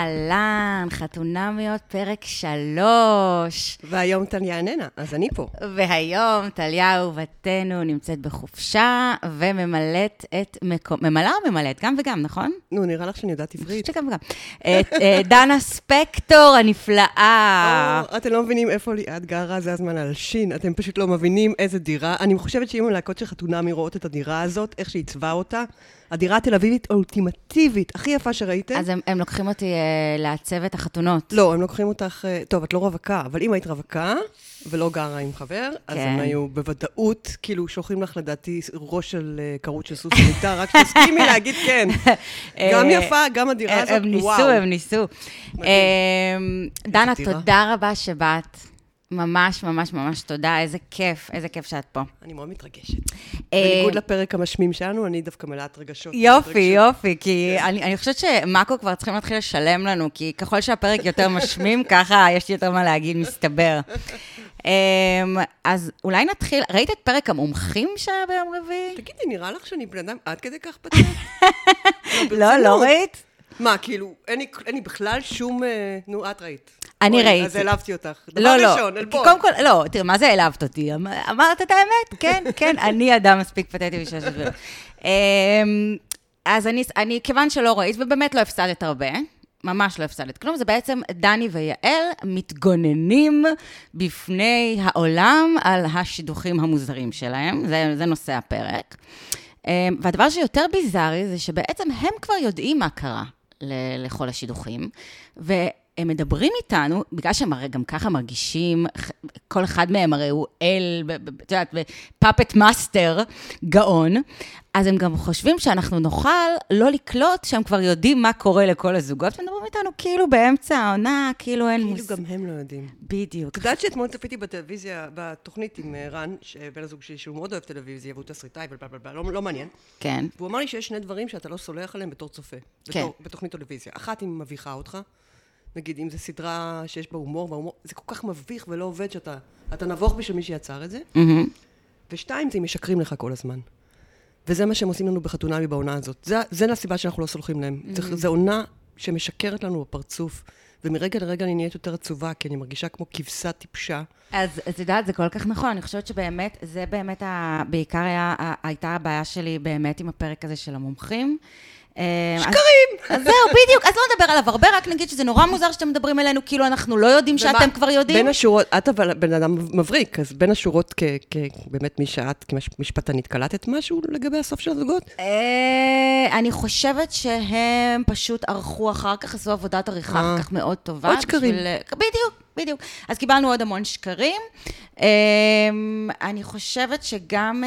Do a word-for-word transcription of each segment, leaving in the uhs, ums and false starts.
אהלן, חתונמיות פרק שלוש. והיום טליה איננה, אז אני פה. והיום טליה אהובתנו נמצאת בחופשה וממלאת את מקום, ממלאה או ממלאת? גם וגם, נכון? נו, נראה לך שאני יודעת עברית. שגם וגם. את דנה ספקטור הנפלאה. אתם לא מבינים איפה ליאת גרה, זה הזמן להלשין, אתם פשוט לא מבינים איזה דירה. אני חושבת שאם הלהקות של חתונמי רואות את הדירה הזאת, איך שהיא צבעה אותה, הדירה התל אביבית האולטימטיבית, הכי יפה שראיתם. אז הם, הם לוקחים אותי uh, לעצב את החתונות. לא, הם לוקחים אותך, uh, טוב, את לא רווקה, אבל אם היית רווקה, ולא גרה עם חבר, כן. אז הם היו בוודאות, כאילו, שולחים לך לדעתי ראש של uh, קרות של סוס ומיטה, רק שתסכימי להגיד כן. גם יפה, גם הדירה הזאת, הם ניסו, וואו. הם ניסו. דנה, תודה רבה שבאת. ממש, ממש, ממש תודה, איזה כיף, איזה כיף שאת פה. אני מאוד מתרגשת. בניגוד לפרק המשמים שלנו, אני דווקא מלאת רגשות. יופי, יופי, כי אני חושבת שמאקו כבר צריכים להתחיל לשלם לנו, כי ככל שהפרק יותר משמים, ככה יש לי יותר מה להגיד, מסתבר. אז אולי נתחיל, ראית את פרק המומחים שהיה ביום רביעי? תגידי, נראה לך שאני בן אדם עד כדי כך פתח? לא, לא ראית? מה, כאילו, אין לי בכלל שום... נו, את ראית. אני ראיתי. אז העלבתי אותך. לא, לא. ראשון, אלבון. קודם כל, לא, תראה, מה זה העלבת אותי? אמרת את האמת? כן, כן, אני אדם מספיק פתטי בשביל שזה. אז אני, כיוון שלא ראית, ובאמת לא הפסדת הרבה, ממש לא הפסדת כלום, זה בעצם דני ויעל מתגוננים בפני העולם על השידוכים המוזרים שלהם. זה, זה נושא הפרק. והדבר שיותר ביזארי זה שבעצם הם כבר יודעים מה קרה לכל השידוכים, והם מדברים איתנו, בגלל שהם הרי גם ככה מרגישים, כל אחד מהם הרי הוא אל, את יודעת, פאפט מאסטר גאון, אז הם גם חושבים שאנחנו נוכל לא לקלוט שהם כבר יודעים מה קורה לכל הזוגות, ומדברים איתנו כאילו באמצע העונה, כאילו אין מוס... כאילו גם הם לא יודעים. בדיוק. את יודעת שאתמול צפיתי בטלוויזיה, בתוכנית עם רן, שבן הזוג שלי, שהוא מאוד אוהב טלוויזיה, והוא תסריטאי, לא מעניין. כן. והוא אמר לי שיש שני דברים שאתה לא סולח עליהם בתור צופה, בתוכנית טלוויזיה. אחת, היא מביכה אותך, נגיד, אם זו סדרה שיש בה הומור, וההומור, זה כל כך מביך ולא עובד שאתה, אתה נבוך בשביל מי שיצר את זה. ושתיים, זה הם משקרים לך כל הזמן. וזה מה שהם עושים לנו בחתונמי בעונה הזאת. זה, זה הסיבה שאנחנו לא סולחים להם. זה, זה עונה שמשקרת לנו בפרצוף, ומרגע לרגע אני נהיית יותר עצובה, כי אני מרגישה כמו כבשה טיפשה. אז את יודעת, זה כל כך נכון. אני חושבת שבאמת, זה באמת, ה, בעיקר היה, הייתה הבעיה שלי באמת עם הפרק הזה של המומחים. שקרים! אז זהו, בדיוק. אז לא נדבר עליו הרבה, רק נגיד שזה נורא מוזר שאתם מדברים אלינו, כאילו אנחנו לא יודעים שאתם כבר יודעים. בין השורות, את אבל בן אדם מבריק, אז בין השורות, באמת מי שאת כמשפטנית, קלטת משהו לגבי הסוף של הזוגות? אני חושבת שהם פשוט ערכו אחר כך, עשו עבודת עריכה כך מאוד טובה. עוד שקרים. בדיוק. בדיוק. אז קיבלנו עוד המון שקרים. אני חושבת שגם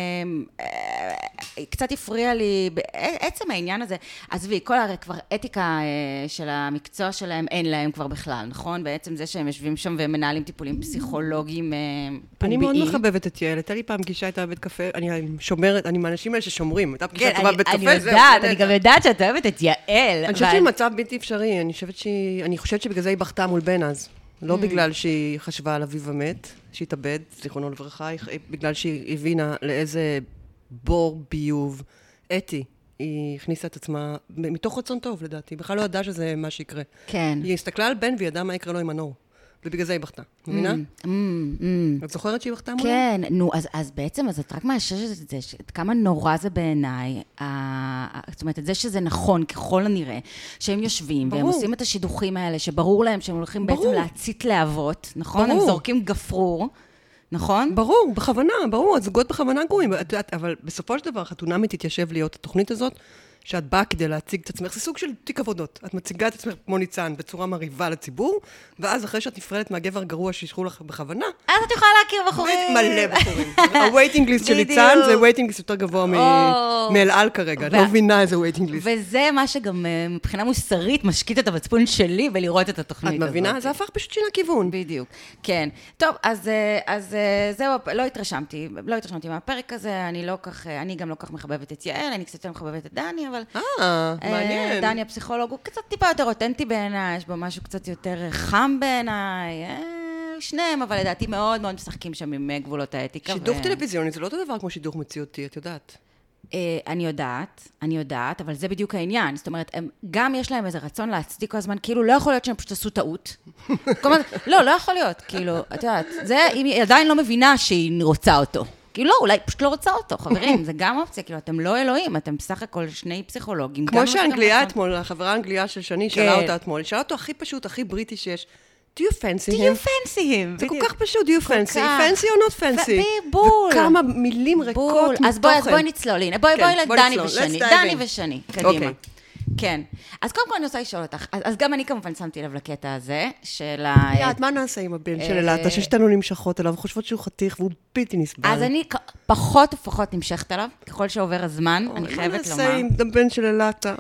קצת הפריע לי בעצם העניין הזה. אז וי, כל הרי כבר אתיקה של המקצוע שלהם אין להם כבר בכלל, נכון? בעצם זה שהם יושבים שם ומנהלים טיפולים פסיכולוגיים פומביים. אני מאוד מחבבת את יעל. הייתה לי פעם פגישה איתה בבית קפה, אני שומרת, אני מהאנשים האלה ששומרים. הייתה פגישה טובה בבית קפה. אני יודעת, אני גם יודעת שאת אוהבת את יעל. אני חושבת שהיא מצב בלתי אפשרי. אני חושבת שבגלל זה היא בכתה מול בן אז. לא בגלל שהיא חשבה על אביו המת, שהתאבד, זיכרונו לברכה, בגלל שהיא הבינה לאיזה בור ביוב אתי היא הכניסה את עצמה, מתוך רצון טוב לדעתי, בכלל לא ידעה שזה מה שיקרה. כן. היא הסתכלה על בן והיא ידעה מה יקרה לו עם הנור, ובגלל זה היא בכתה. מבינה? את זוכרת שהיא בכתה מולה? כן, נו, אז בעצם, אז את רק מאששת את זה, כמה נורא זה בעיניי, זאת אומרת, את זה שזה נכון, ככל הנראה, שהם יושבים, והם עושים את השידוכים האלה, שברור להם שהם הולכים בעצם להצית להבות, נכון? הם זורקים גפרור, נכון? ברור, בכוונה, ברור, הזוגות בכוונה גרועים, אבל בסופו של דבר, חתונמי תתיישב להיות התוכנית הזאת, שאת באה כדי להציג את עצמך, זה סוג של תיק עבודות. את מציגה את עצמך כמו ניצן, בצורה מריבה לציבור, ואז אחרי שאת נפרדת מהגבר הגרוע שישחרו לך בכוונה, אז את יכולה להכיר בחורים. מלא בחורים. ה-waiting list של ניצן, זה waiting list יותר גבוה מאלעל כרגע. אני לא מבינה איזה waiting list. וזה מה שגם מבחינה מוסרית משקיט את המצפון שלי בלראות את התוכנית הזאת. את מבינה? זה הפך פשוט שינה כיוון. בדיוק. כן. טוב, אז זהו, לא התרשמתי. לא התרשמתי מהפרק הזה. אני לא כך, אני גם לא כך מחבבת את יעל, אני קצת יותר מחבבת את דני, אבל אה, מעניין. דני הפסיכולוג הוא קצת טיפה יותר אותנטי בעיניי, יש בו משהו קצת יותר חם בעיניי, שניהם, אבל לדעתי מאוד מאוד משחקים שם עם גבולות האתיקה. שידוך טלוויזיוני זה לא אותו דבר כמו שידוך מציאותי, את יודעת. אני יודעת, אני יודעת, אבל זה בדיוק העניין. זאת אומרת, הם, גם יש להם איזה רצון להצדיק כל הזמן, כאילו, לא יכול להיות שהם פשוט עשו טעות. כלומר, לא, לא יכול להיות, כאילו, את יודעת, זה, היא עדיין לא מבינה שהיא רוצה אותו. כאילו, לא, אולי פשוט לא רוצה אותו, חברים, זה גם אופציה, כאילו, אתם לא אלוהים, אתם בסך הכל שני פסיכולוגים. כמו שהאנגליה אתמול, החברה האנגליה של שני, שאלה אותה אתמול, היא שאלה אותו הכי פשוט, הכי בריטי שיש, do you fancy him? do you fancy him? זה כל כך פשוט, do you fancy? fancy or not fancy? בול. וכמה מילים ריקות מתוכן. אז בואי נצלול, הנה, בואי לדני ושני. דני ושני, קדימה. כן. אז קודם כל אני רוצה לשאול אותך, אז גם אני כמובן שמתי לב לקטע הזה, של ה... יד, מה נעשה עם הבן של אלעתה, ששתנו נמשכות עליו, חושבות שהוא חתיך והוא בלתי נסבל. אז אני פחות ופחות נמשכת עליו, ככל שעובר הזמן, אני חייבת לומר. מה נעשה עם הבן של אלעתה?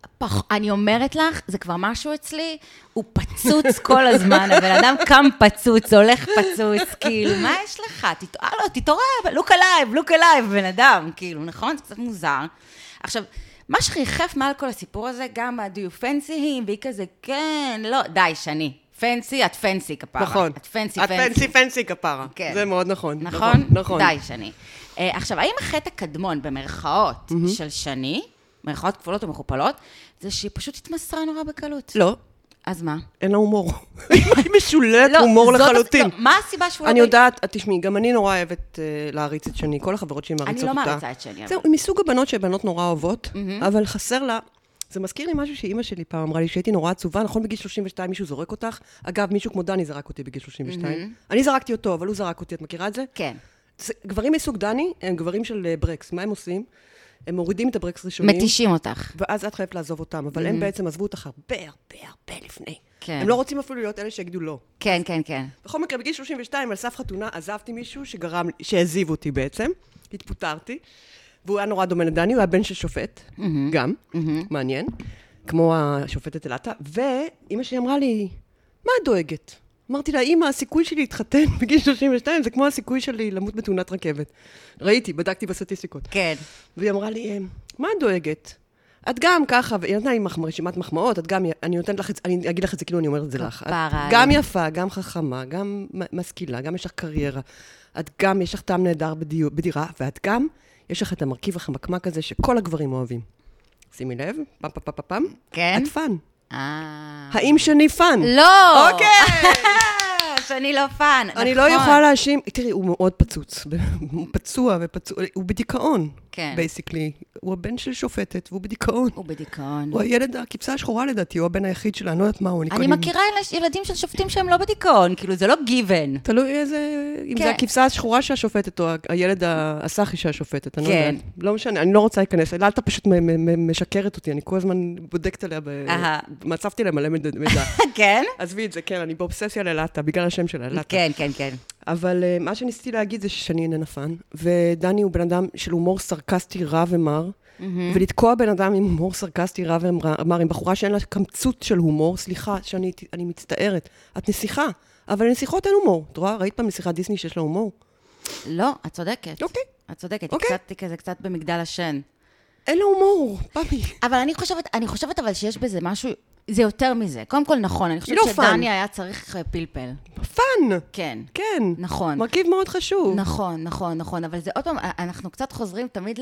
אני אומרת לך, זה כבר משהו אצלי, הוא פצוץ כל הזמן, הבן אדם קם פצוץ, הולך פצוץ, כאילו, מה יש לך? תתעורר, look alive, look alive, בן אדם, כאילו, נכון? זה קצת מוזר. עכשיו, מה שריחף מעל כל הסיפור הזה, גם ה-do you fancy him, והיא כזה, כן, לא, די, שני. פנסי, את פנסי כפרה. נכון. את פנסי, פנסי. את פנסי, פנסי כפרה. כן. זה מאוד נכון. נכון? נכון. די, שני. Uh, עכשיו, האם החטא הקדמון במרכאות mm-hmm. של שני, מרכאות כפולות ומכופלות, זה שהיא פשוט התמסרה נורא בקלות? לא. אז מה? אין לה הומור. היא משוללת הומור לחלוטין. מה הסיבה שהוא לא... אני יודעת, תשמעי, גם אני נורא אוהבת להריץ את שני, כל החברות שלי מעריצות אותה. אני לא מעריצה את שני. זהו, היא מסוג הבנות שבנות נורא אוהבות, אבל חסר לה... זה מזכיר לי משהו שאימא שלי פעם אמרה לי, שהייתי נורא עצובה, נכון בגיל שלושים ושתיים מישהו זורק אותך? אגב, מישהו כמו דני זרק אותי בגיל שלושים ושתיים. אני זרקתי אותו, אבל הוא זרק אותי, את מכירה את זה? כן. גברים מסוג דני, הם גברים של ברקס. מה הם עושים? הם מורידים את הברקס ראשונים. מתישים אותך. ואז את חייבת לעזוב אותם, אבל הם בעצם עזבו אותך הרבה, הרבה, הרבה לפני. כן. הם לא רוצים אפילו להיות אלה שיגידו לא. כן, כן, כן. בכל מקרה, בגיל שלושים ושתיים, על סף חתונה, עזבתי מישהו שגרם, שהזיב אותי בעצם, התפוטרתי, והוא היה נורא דומה לדני, הוא היה בן של שופט, גם, מעניין, כמו השופטת אלעתה, ואמא שלי אמרה לי, מה את דואגת? אמרתי לה, אמא, הסיכוי שלי להתחתן בגיל שלושים ושתיים, זה כמו הסיכוי שלי למות בתאונת רכבת. ראיתי, בדקתי בסטטיסטיקות. כן. והיא אמרה לי, מה את דואגת? את גם ככה, והיא נתנה לי רשימת מחמאות, את גם, אני נותנת לך, אני אגיד לך את זה כאילו אני אומרת את זה לך. את גם יפה, גם חכמה, גם משכילה, גם יש לך קריירה. את גם, יש לך טעם נהדר בדירה, ואת גם, יש לך את המרכיב החמקמק הזה שכל הגברים אוהבים. שימי לב, פעם, פעם, פעם, פעם. כן. את פן. אה. האם שני פן? לא. אוקיי. שאני לא פן. אני לא יכולה להאשים, תראי, הוא מאוד פצוץ, הוא פצוע ופצוע, הוא בדיכאון, כן. בייסיקלי. הוא הבן של שופטת, והוא בדיכאון. הוא בדיכאון. הוא הילד, הכבשה השחורה לדעתי, הוא הבן היחיד שלה, אני לא יודעת מה הוא. אני מכירה ילדים של שופטים שהם לא בדיכאון, כאילו זה לא גיוון. תלוי איזה, אם זה הכבשה השחורה שהשופטת, או הילד הסחי שהשופטת, אני לא יודעת. לא משנה, אני לא רוצה להיכנס, אלעתה פשוט משקרת אותי, אני כל הזמן בודקת עליה, מצפתי לה מלא מידע. כן? עזבי את זה, כן, אני באובססיה לאלעתה, בגלל השם שלה, אלעתה. כן, כן, כן. אבל uh, מה שניסיתי להגיד זה ששני איננה פן, ודני הוא בן אדם של הומור סרקסטי רע ומר, mm-hmm. ולתקוע בן אדם עם הומור סרקסטי רע ומר, עם בחורה שאין לה קמצות של הומור, סליחה שאני אני מצטערת, את נסיכה, אבל לנסיכות אין הומור. את רואה? ראית פעם נסיכת דיסני שיש לה הומור? לא, את צודקת. אוקיי. את צודקת, אוקיי. היא קצת, כזה, קצת במגדל השן. אין לה הומור, פאפי. אבל אני חושבת, אני חושבת אבל שיש בזה משהו... זה יותר מזה. קודם כל נכון, אני חושבת לא שדני פן. היה צריך פלפל. פן. כן. כן. נכון. מרכיב מאוד חשוב. נכון, נכון, נכון. אבל זה עוד פעם, אנחנו קצת חוזרים תמיד ל,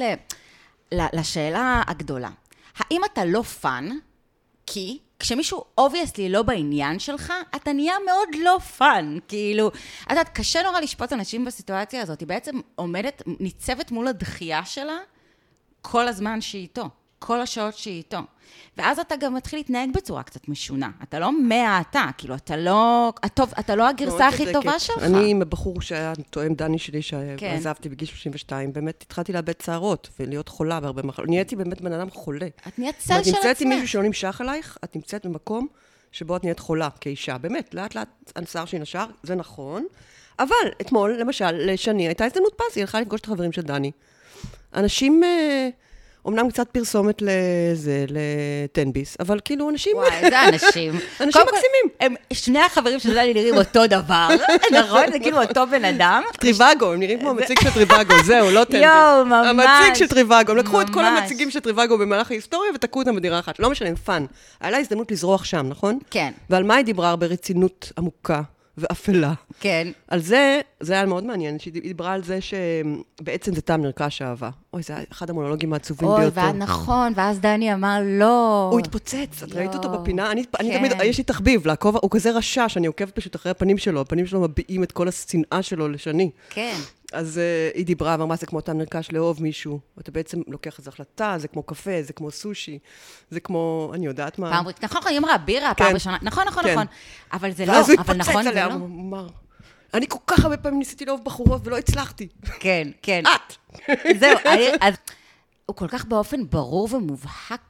ל, לשאלה הגדולה. האם אתה לא פן, כי כשמישהו obviously לא בעניין שלך, אתה נהיה מאוד לא פן. כאילו, את יודעת, קשה נורא לשפוט אנשים בסיטואציה הזאת. היא בעצם עומדת, ניצבת מול הדחייה שלה כל הזמן שהיא איתו. כל השעות שהיא איתו. ואז אתה גם מתחיל להתנהג בצורה קצת משונה. אתה לא מאה אתה, כאילו, אתה לא, הטוב, אתה לא הגרסה הכי טובה שלך. אני עם הבחור שהיה תואם דני שלי, שעזבתי בגיל שלושים ושתיים, באמת התחלתי לאבד צערות, ולהיות חולה בהרבה מחלות. נהייתי באמת בן אדם חולה. את נהיית צל של עצמך. את נמצאת עם מישהו שלא נמשך עלייך, את נמצאת במקום שבו את נהיית חולה כאישה. באמת, לאט לאט הנסר שהיא נשר, זה נכון. אבל אתמול, למשל, לשני, הייתה הזדמנות פז, היא הלכה לפגוש את החברים של דני. אנשים... אמנם קצת פרסומת לזה, לטנביס, אבל כאילו אנשים... וואי, איזה אנשים. אנשים מקסימים. הם, שני החברים של דני נראים אותו דבר, נכון? זה כאילו אותו בן אדם. טריוואגו, הם נראים כמו המציג של טריוואגו, זהו, לא טנביס. יואו, ממש. המציג של טריוואגו, הם לקחו את כל המציגים של טריוואגו במהלך ההיסטוריה ותקעו אותם בדירה אחת. לא משנה, הם פן. היה לה הזדמנות לזרוח שם, נכון? כן. ועל מה היא דיברה ברצינות עמוקה ואפלה? כן. על זה זה היה מאוד מעניין, שהיא דיברה על זה שבעצם זה טעם נרכש אהבה. אוי, זה היה אחד המונולוגים העצובים ביותר. אוי, נכון, ואז דני אמר, לא. הוא התפוצץ, את ראית אותו בפינה? אני תמיד, יש לי תחביב, לעקוב, הוא כזה רשע, שאני עוקבת פשוט אחרי הפנים שלו, הפנים שלו מביעים את כל השנאה שלו לשני. כן. אז uh, היא דיברה, ואמרה, זה כמו טעם נרכש לאהוב מישהו, ואתה בעצם לוקח איזו החלטה, זה כמו קפה, זה כמו סושי, זה כמו, אני יודעת מה... פעם, נכון, היא אמרה, בירה, פעם ראשונה, נכון, נכון, נכון, אבל זה לא, אבל נכון, זה לא. הוא אמר, אני כל כך הרבה פעמים ניסיתי לאהוב בחורות, ולא הצלחתי. כן, כן. את! זהו, אז הוא כל כך באופן ברור ומובהק,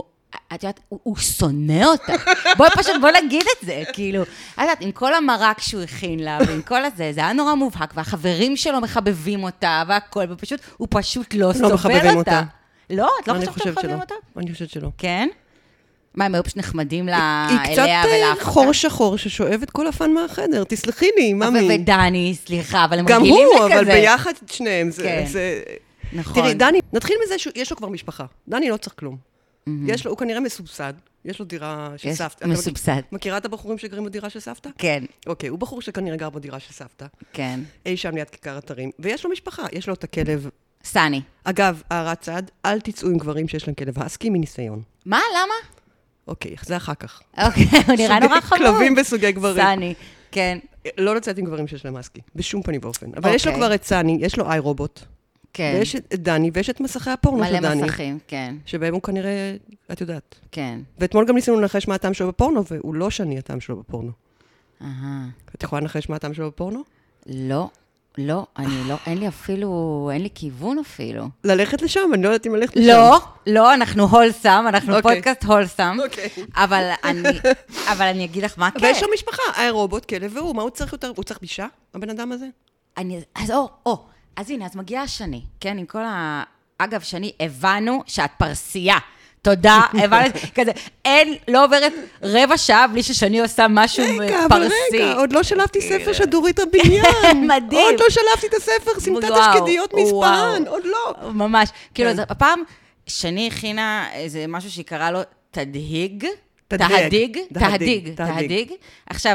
את יודעת, הוא שונא אותה. בואי פשוט, בוא נגיד את זה, כאילו. את יודעת, עם כל המרק שהוא הכין לה, ועם כל הזה, זה היה נורא מובהק, והחברים שלו מחבבים אותה, והכל, ופשוט, הוא פשוט לא סובל אותה. לא? את לא חושבת שהם מחבבים אותה? אני חושבת שלא. כן? מה, הם היו פשוט נחמדים לה, אליה ולהפקה? היא קצת חור שחור ששואב את כל הפן מהחדר, תסלחי לי, ממי. ודני, סליחה, אבל הם רגילים לכזה. גם הוא, אבל ביחד שניהם, זה... נכון. תראי, דני, נתחיל מזה שיש לו כבר משפחה. דני לא צריך כלום. יש לו, הוא כנראה מסובסד, יש לו דירה של סבתא. מסובסד. מכירה את הבחורים שגרים בדירה של סבתא? כן. אוקיי, הוא בחור שכנראה גר בדירה של סבתא. כן. אי שם ליד כיכר אתרים, ויש לו משפחה, יש לו את הכלב. סני. אגב, הערת צד, אל תצאו עם גברים שיש להם כלב הסקי מניסיון. מה? למה? אוקיי, זה אחר כך. אוקיי, הוא נראה נורא חמור. כלבים בסוגי גברים. סני, כן. לא לצאת עם גברים שיש להם הסקי, בשום פנים ואופן. אבל יש לו כבר את סני, יש לו איי רובוט. כן. ויש את דני, ויש את מסכי הפורנו של דני. מלא מסכים, כן. שבהם הוא כנראה, את יודעת. כן. ואתמול גם ניסינו לנחש מה הטעם שלו בפורנו, והוא לא שני הטעם שלו בפורנו. אהה. את יכולה לנחש מה הטעם שלו בפורנו? לא, לא, אני לא, אין לי אפילו, אין לי כיוון אפילו. ללכת לשם, אני לא יודעת אם ללכת לשם. לא, לא, אנחנו הולסם, אנחנו פודקאסט הולסם. אוקיי. אבל אני, אבל אני אגיד לך מה כן. ויש לו משפחה, איי רובוט, כלב, והוא, מה הוא צריך יותר? הוא צריך בישה, הבן אדם הזה? אני, אז או, או, אז הנה, אז מגיעה שני, כן, עם כל ה... אגב, שני, הבנו שאת פרסייה. תודה, הבנו, כזה, אין, לא עוברת רבע שעה בלי ששני עושה משהו פרסי. רגע, אבל רגע, עוד לא שלפתי ספר שדורית הבניין. מדהים. עוד לא שלפתי את הספר, סמטת השקדיות מספרן, עוד לא. ממש, כאילו, הפעם, שני הכינה איזה משהו שהיא קראה לו תדהיג. תהדיג. תהדיג. תהדיג. עכשיו,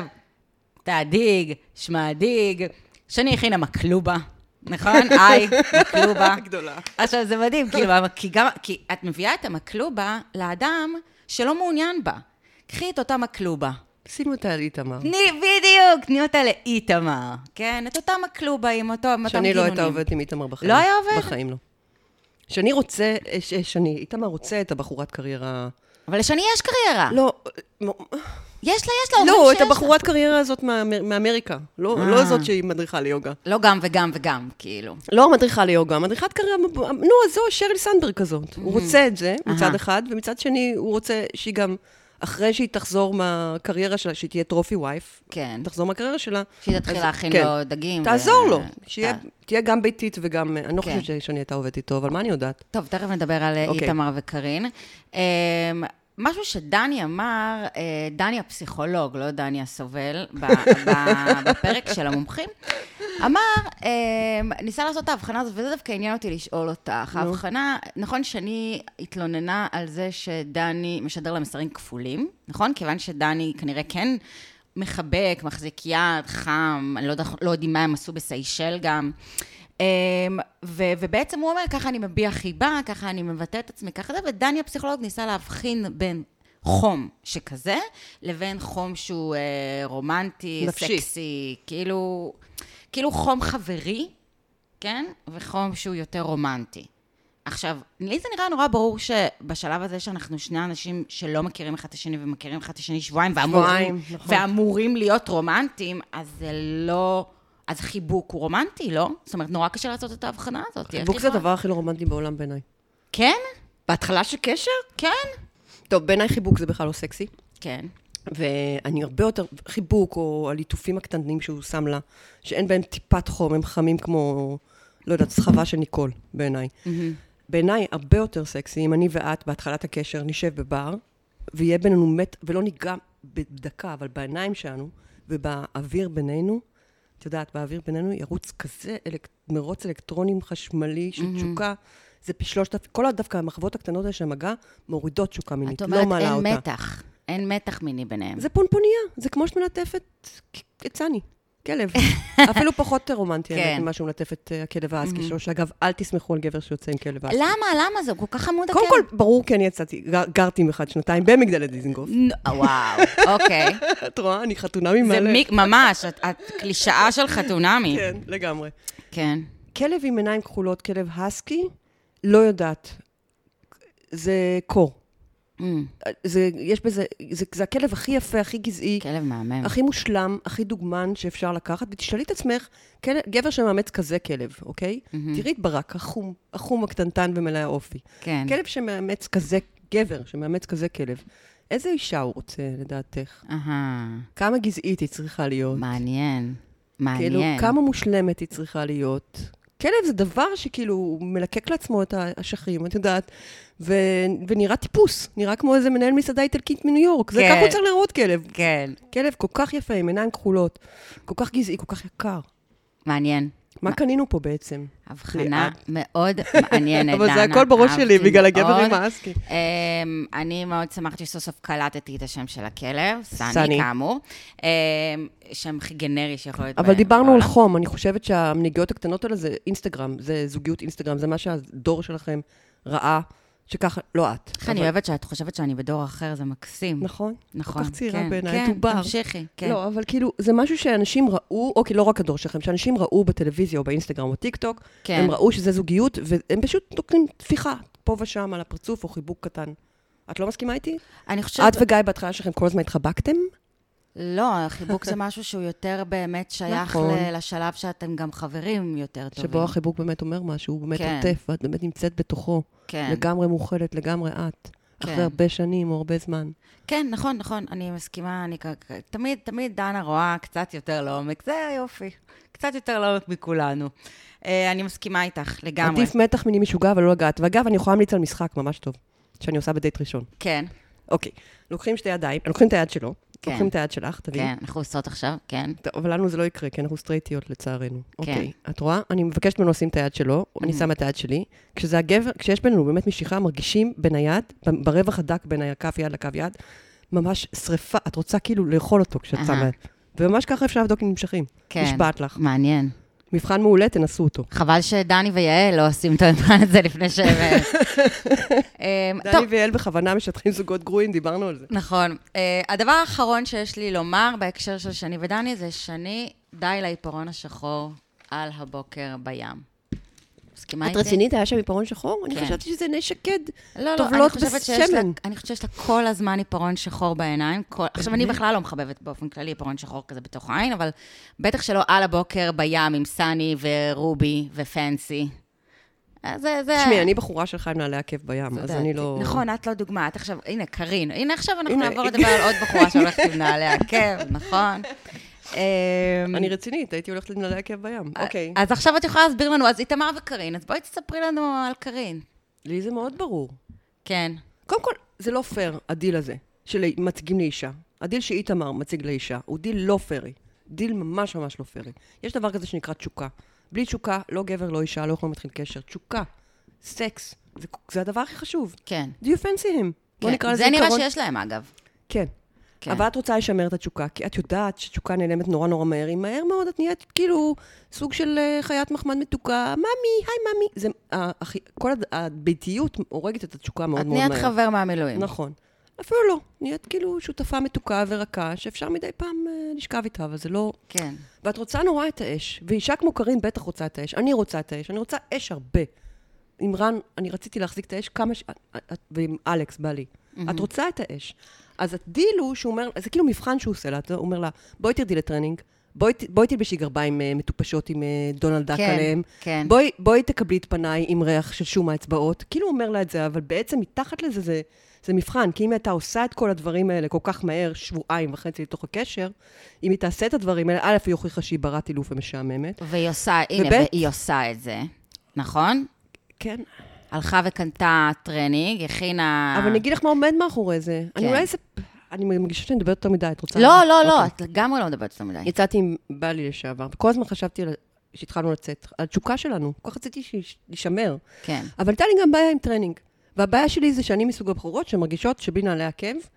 תהדיג, שמהדיג, שני הכינה מקלובה. נכון? איי, מקלובה. גדולה. עכשיו, זה מדהים, כאילו, כי, גם, כי את מביאה את המקלובה לאדם שלא מעוניין בה. קחי את אותה מקלובה. שימו אותה על איתמר. תני, בדיוק, תני אותה לאיתמר. כן? את אותה מקלובה עם אותו, עם אותם שאני גינונים. לא הייתה עובדת עם איתמר בחיים. לא היה עובד? בחיים לא. שאני רוצה, שאני, איתמר רוצה את הבחורת קריירה... אבל לשני יש קריירה. לא, יש לה, יש לה, אומרים לא, שיש את הבחורת קריירה הזאת מאמריקה. לא זאת שהיא מדריכה ליוגה. לא גם וגם וגם, כאילו. לא מדריכה ליוגה, מדריכת קריירה, נו, אז זו שריל סנדברג כזאת. הוא רוצה את זה, מצד אחד, ומצד שני, הוא רוצה שהיא גם, אחרי שהיא תחזור מהקריירה שלה, שהיא תהיה טרופי וייף, כן. תחזור מהקריירה שלה. שהיא תתחיל להכין לו דגים. תעזור לו, שתהיה גם ביתית וגם, אני לא חושבת שאני הייתה עובדת איתו, אבל מה אני יודעת? טוב, תכף נדבר על איתמר וקרין. משהו שדני אמר, דני הפסיכולוג, לא דני הסובל, בפרק של המומחים, אמר, ניסה לעשות את ההבחנה הזאת, וזה דווקא עניין אותי לשאול אותך. ההבחנה, נכון שאני התלוננה על זה שדני משדר למסרים כפולים, נכון? כיוון שדני כנראה כן מחבק, מחזיק יד, חם, אני לא יודעים מה הם עשו בסיישל גם, ו- ובעצם הוא אומר, ככה אני מביע חיבה, ככה אני מבטא את עצמי, ככה זה, ודני הפסיכולוג ניסה להבחין בין חום שכזה, לבין חום שהוא אה, רומנטי, נפשי. סקסי, כאילו, כאילו חום חברי, כן? וחום שהוא יותר רומנטי. עכשיו, לי זה נראה נורא ברור שבשלב הזה שאנחנו שני אנשים שלא מכירים אחד את השני ומכירים אחד את השני שבועיים, ואמורים, נכון. ואמורים להיות רומנטיים, אז זה לא... אז חיבוק הוא רומנטי, לא? זאת אומרת, נורא קשה לעשות את ההבחנה הזאת. חיבוק זה הדבר הכי לא רומנטי בעולם בעיניי. כן? בהתחלה של קשר? כן. טוב, בעיניי חיבוק זה בכלל לא סקסי. כן. ואני הרבה יותר, חיבוק או הליטופים הקטנים שהוא שם לה, שאין בהם טיפת חום, הם חמים כמו, לא יודעת, סחבה של ניקול, בעיניי. בעיניי הרבה יותר סקסי, אם אני ואת בהתחלת הקשר נשב בבר, ויהיה בינינו מת, ולא ניגע בדקה, אבל בעיניים שלנו, ובאוויר בינינו, את יודעת, באוויר בינינו ירוץ כזה אלק... מרוץ אלקטרונים חשמלי של mm-hmm. תשוקה, זה פי שלושת, כל דווקא המחוות הקטנות האלה של המגע, מורידות תשוקה מינית, לא מעלה אותה. את אומרת, אין מתח, אין מתח מיני ביניהם. זה פונפוניה, זה כמו שאת מלטפת את סני. כלב. אפילו פחות רומנטי, כן. ממה שהוא מלטף את הכלב האסקי שלו, שאגב, אל תסמכו על גבר שיוצא עם כלב האסקי. למה? למה? זה כל כך חמוד הכלב. קודם כל, ברור, כי אני יצאתי, גר- גרתי עם אחד שנתיים במגדלי דיזנגוף. וואו, אוקיי. את רואה? אני חתונמי זה מלא. מיק, ממש, את- את קלישאה של חתונמי. כן, לגמרי. כן. כלב עם עיניים כחולות, כלב הסקי, לא יודעת. זה קור. Mm, זה, יש בזה, זה, זה הכלב הכי יפה, הכי גזעי, כלב מהמם. הכי מושלם, הכי דוגמן שאפשר לקחת, ותשאלי את עצמך, כלב, גבר שמאמץ כזה כלב, אוקיי? תראי את ברק, החום, החום הקטנטן ומלא האופי. כן. כלב שמאמץ כזה, גבר שמאמץ כזה כלב, איזה אישה הוא רוצה, לדעתך? אהה, כמה גזעית היא צריכה להיות? מעניין. כאילו, מעניין. כמה מושלמת היא צריכה להיות? כלב זה דבר שכאילו הוא מלקק לעצמו את האשכים, את יודעת, ו... ונראה טיפוס, נראה כמו איזה מנהל מסעדה איטלקית מניו יורק, זה כן. ככה הוא צריך לראות כלב. כן. כלב כל כך יפה, עם עיניים כחולות, כל כך גזעי, כל כך יקר. מעניין. מה קנינו פה בעצם? הבחנה ליאת. מאוד מעניינת, אבל זה דנה. הכל בראש שלי, אהבתי בגלל הגבר מאוד. עם האסקי. אמ, אני מאוד שמחתי שסוף סוף קלטתי את השם של הכלב, סני, סני. כאמור. אמ, שם הכי גנרי שיכול להיות... אבל ב- דיברנו על בעולם. חום, אני חושבת שהמנהיגיות הקטנות האלה זה אינסטגרם, זה זוגיות אינסטגרם, זה מה שהדור שלכם ראה, שככה, לא את. איך אני אבל- אוהבת שאת חושבת שאני בדור אחר, זה מקסים. נכון? נכון. כל כך צעירה כן, בעיניי, כן, תובר. תמשיכי, כן. לא, אבל כאילו, זה משהו שאנשים ראו, אוקיי, לא רק הדור שלכם, שאנשים ראו בטלוויזיה או באינסטגרם או טיק טוק, כן. הם ראו שזה זוגיות, והם פשוט נותנים טפיחה, פה ושם על הפרצוף או חיבוק קטן. את לא מסכימה איתי? אני חושבת... את וגיא בהתחלה שלכם כל הזמן התחבקתם? לא, החיבוק זה משהו שהוא יותר באמת שייך נכון. ל- לשלב שאתם גם חברים יותר טובים. שבו החיבוק באמת אומר משהו, הוא באמת כן. עוטף, ואת באמת נמצאת בתוכו. כן. לגמרי מוכלת, לגמרי את. כן. אחרי הרבה שנים או הרבה זמן. כן, נכון, נכון, אני מסכימה, אני כ- כ- תמיד, תמיד דנה רואה קצת יותר לעומק, זה היופי, קצת יותר לעומק מכולנו. אה, אני מסכימה איתך, לגמרי. עדיף מתח מיני משוגע ולא לגעת. ואגב, אני יכולה להמליץ על משחק ממש טוב, שאני עושה בדייט ראשון. כן, אוקיי, לוקחים שתי ידיים, לוקחים את היד שלו, כן. לוקחים את היד שלך, תביאי. כן, אנחנו עושות עכשיו, כן. טוב, אבל לנו זה לא יקרה, כי אנחנו סטרייטיות לצערנו. כן. אוקיי, את רואה? אני מבקשת ממנו לשים את היד שלו, אני שמה את היד שלי. כשזה הגבר, כשיש בינינו באמת משיכה, מרגישים בין היד, ב- ברווח הדק בין הכף יד לכף יד, ממש שריפה, את רוצה כאילו לאכול אותו כשאת אהה. שמה. וממש ככה אפשר לבדוק אם נמשכים. כן. נשבעת לך. מעניין. מבחן מעולה, תנסו אותו. חבל שדני ויעל לא עושים את המבחן הזה לפני שהם... אה, טוב, דני ויעל בכוונה משטחים זוגות גרועים, דיברנו על זה. נכון. Uh, הדבר האחרון שיש לי לומר בהקשר של שני ודני, זה שני, די לעיפרון השחור על הבוקר בים. מסכימה את איתי? רצינית, היה שם עיפרון שחור? אני כן. חשבתי שזה נשק שקד. לא, לא, אני טובלות חושבת שיש לה, בשמן. אני חושבת שיש לה כל הזמן עיפרון שחור בעיניים. כל, עכשיו, אני בכלל לא מחבבת באופן כללי עיפרון שחור כזה בתוך העין, אבל בטח שלא על הבוקר בים עם סני ורובי ופנסי. אה, זה, זה... תשמעי, אני בחורה שלך עם נעלי עקב בים, אז אני לא... נכון, את לא דוגמה. את עכשיו, הנה, קרין. הנה, עכשיו אנחנו הנה. נעבור לדבר על עוד בחורה שהולכת עם נעלי עקב, נכון? אמ, אני רצינית, הייתי הולכת עם נעלי עקב בים. אוקיי. אז עכשיו את יכולה להסביר לנו, אז איתמר וקרין, אז בואי תספרי לנו על קרין. לי זה מאוד ברור. כן. קודם כל, זה לא פייר, הדיל הזה, שמציגים לאישה. הדיל שאיתמר מציג לאישה, הוא דיל לא פיירי. דיל ממש ממש לא פיירי. יש דבר כזה שנקרא תשוקה. בלי תשוקה, לא גבר, לא אישה, לא יכולים להתחיל קשר. תשוקה, סקס, זה, זה הדבר הכי חשוב. כן. Do you fancy him? בוא כן. נקרא לזה זה נראה עיקרון. שיש להם, אגב. כן. כן. אבל את רוצה לשמר את התשוקה, כי את יודעת שתשוקה נעלמת נורא נורא מהר, היא מהר מאוד, את נהיית כאילו סוג של אה, חיית מחמד מתוקה, ממי, היי ממי. זה, אה, הכי- כל הד- הביתיות הורגת את התשוקה מאוד את מאוד מהר. נהיית חבר מהמילואים. נכון. אפילו לא. נהיית כאילו שותפה מתוקה ורכה, שאפשר מדי פעם אה, לשכב איתה, אבל זה לא... כן. ואת רוצה נורא את האש, ואישה כמו קרין בטח רוצה את האש. אני רוצה את האש, אני רוצה אש הרבה. עם רן, אני רציתי להחזיק את האש כמה ש... את- ועם אלכס בא לי. את רוצה את האש. אז הדיל הוא שהוא אומר, זה כאילו מבחן שהוא עושה לה, הוא אומר לה, בואי תרדי לטרנינג, בואי, ת- בואי תלבשי גרביים אה, מטופשות עם אה, דונלד דק כן, עליהם, כן. בואי, בואי תקבלי את פניי עם ריח של שום האצבעות. כאילו הוא אומר לה את זה, אבל בעצם מתחת לזה זה, זה מבחן, כי אם הייתה עושה את כל הדברים האלה כל כך מהר, שבועיים וחצי לתוך הקשר, אם היא תעשה את הדברים האלה, א', היא הוכיחה שהיא ברת אילוף ומשעממת. והיא עושה, הנה, ובית- והיא עושה את זה, נכון? כן. הלכה וקנתה טרנינג, הכינה... אבל אני אגיד לך מה עומד מאחורי זה. כן. אני אולי זה... אני מרגישה שאני מדברת יותר מדי, את רוצה... לא, לא, לא, אוקיי. את לגמרי לא מדברת יותר מדי. יצאתי עם בעלי לשעבר, וכל הזמן חשבתי על... שהתחלנו לצאת, על התשוקה שלנו. כל כך רציתי שישמר. כן. אבל הייתה לי גם בעיה עם טרנינג. והבעיה שלי זה שאני מסוג הבחורות שמרגישות שבלי נעלי עקב,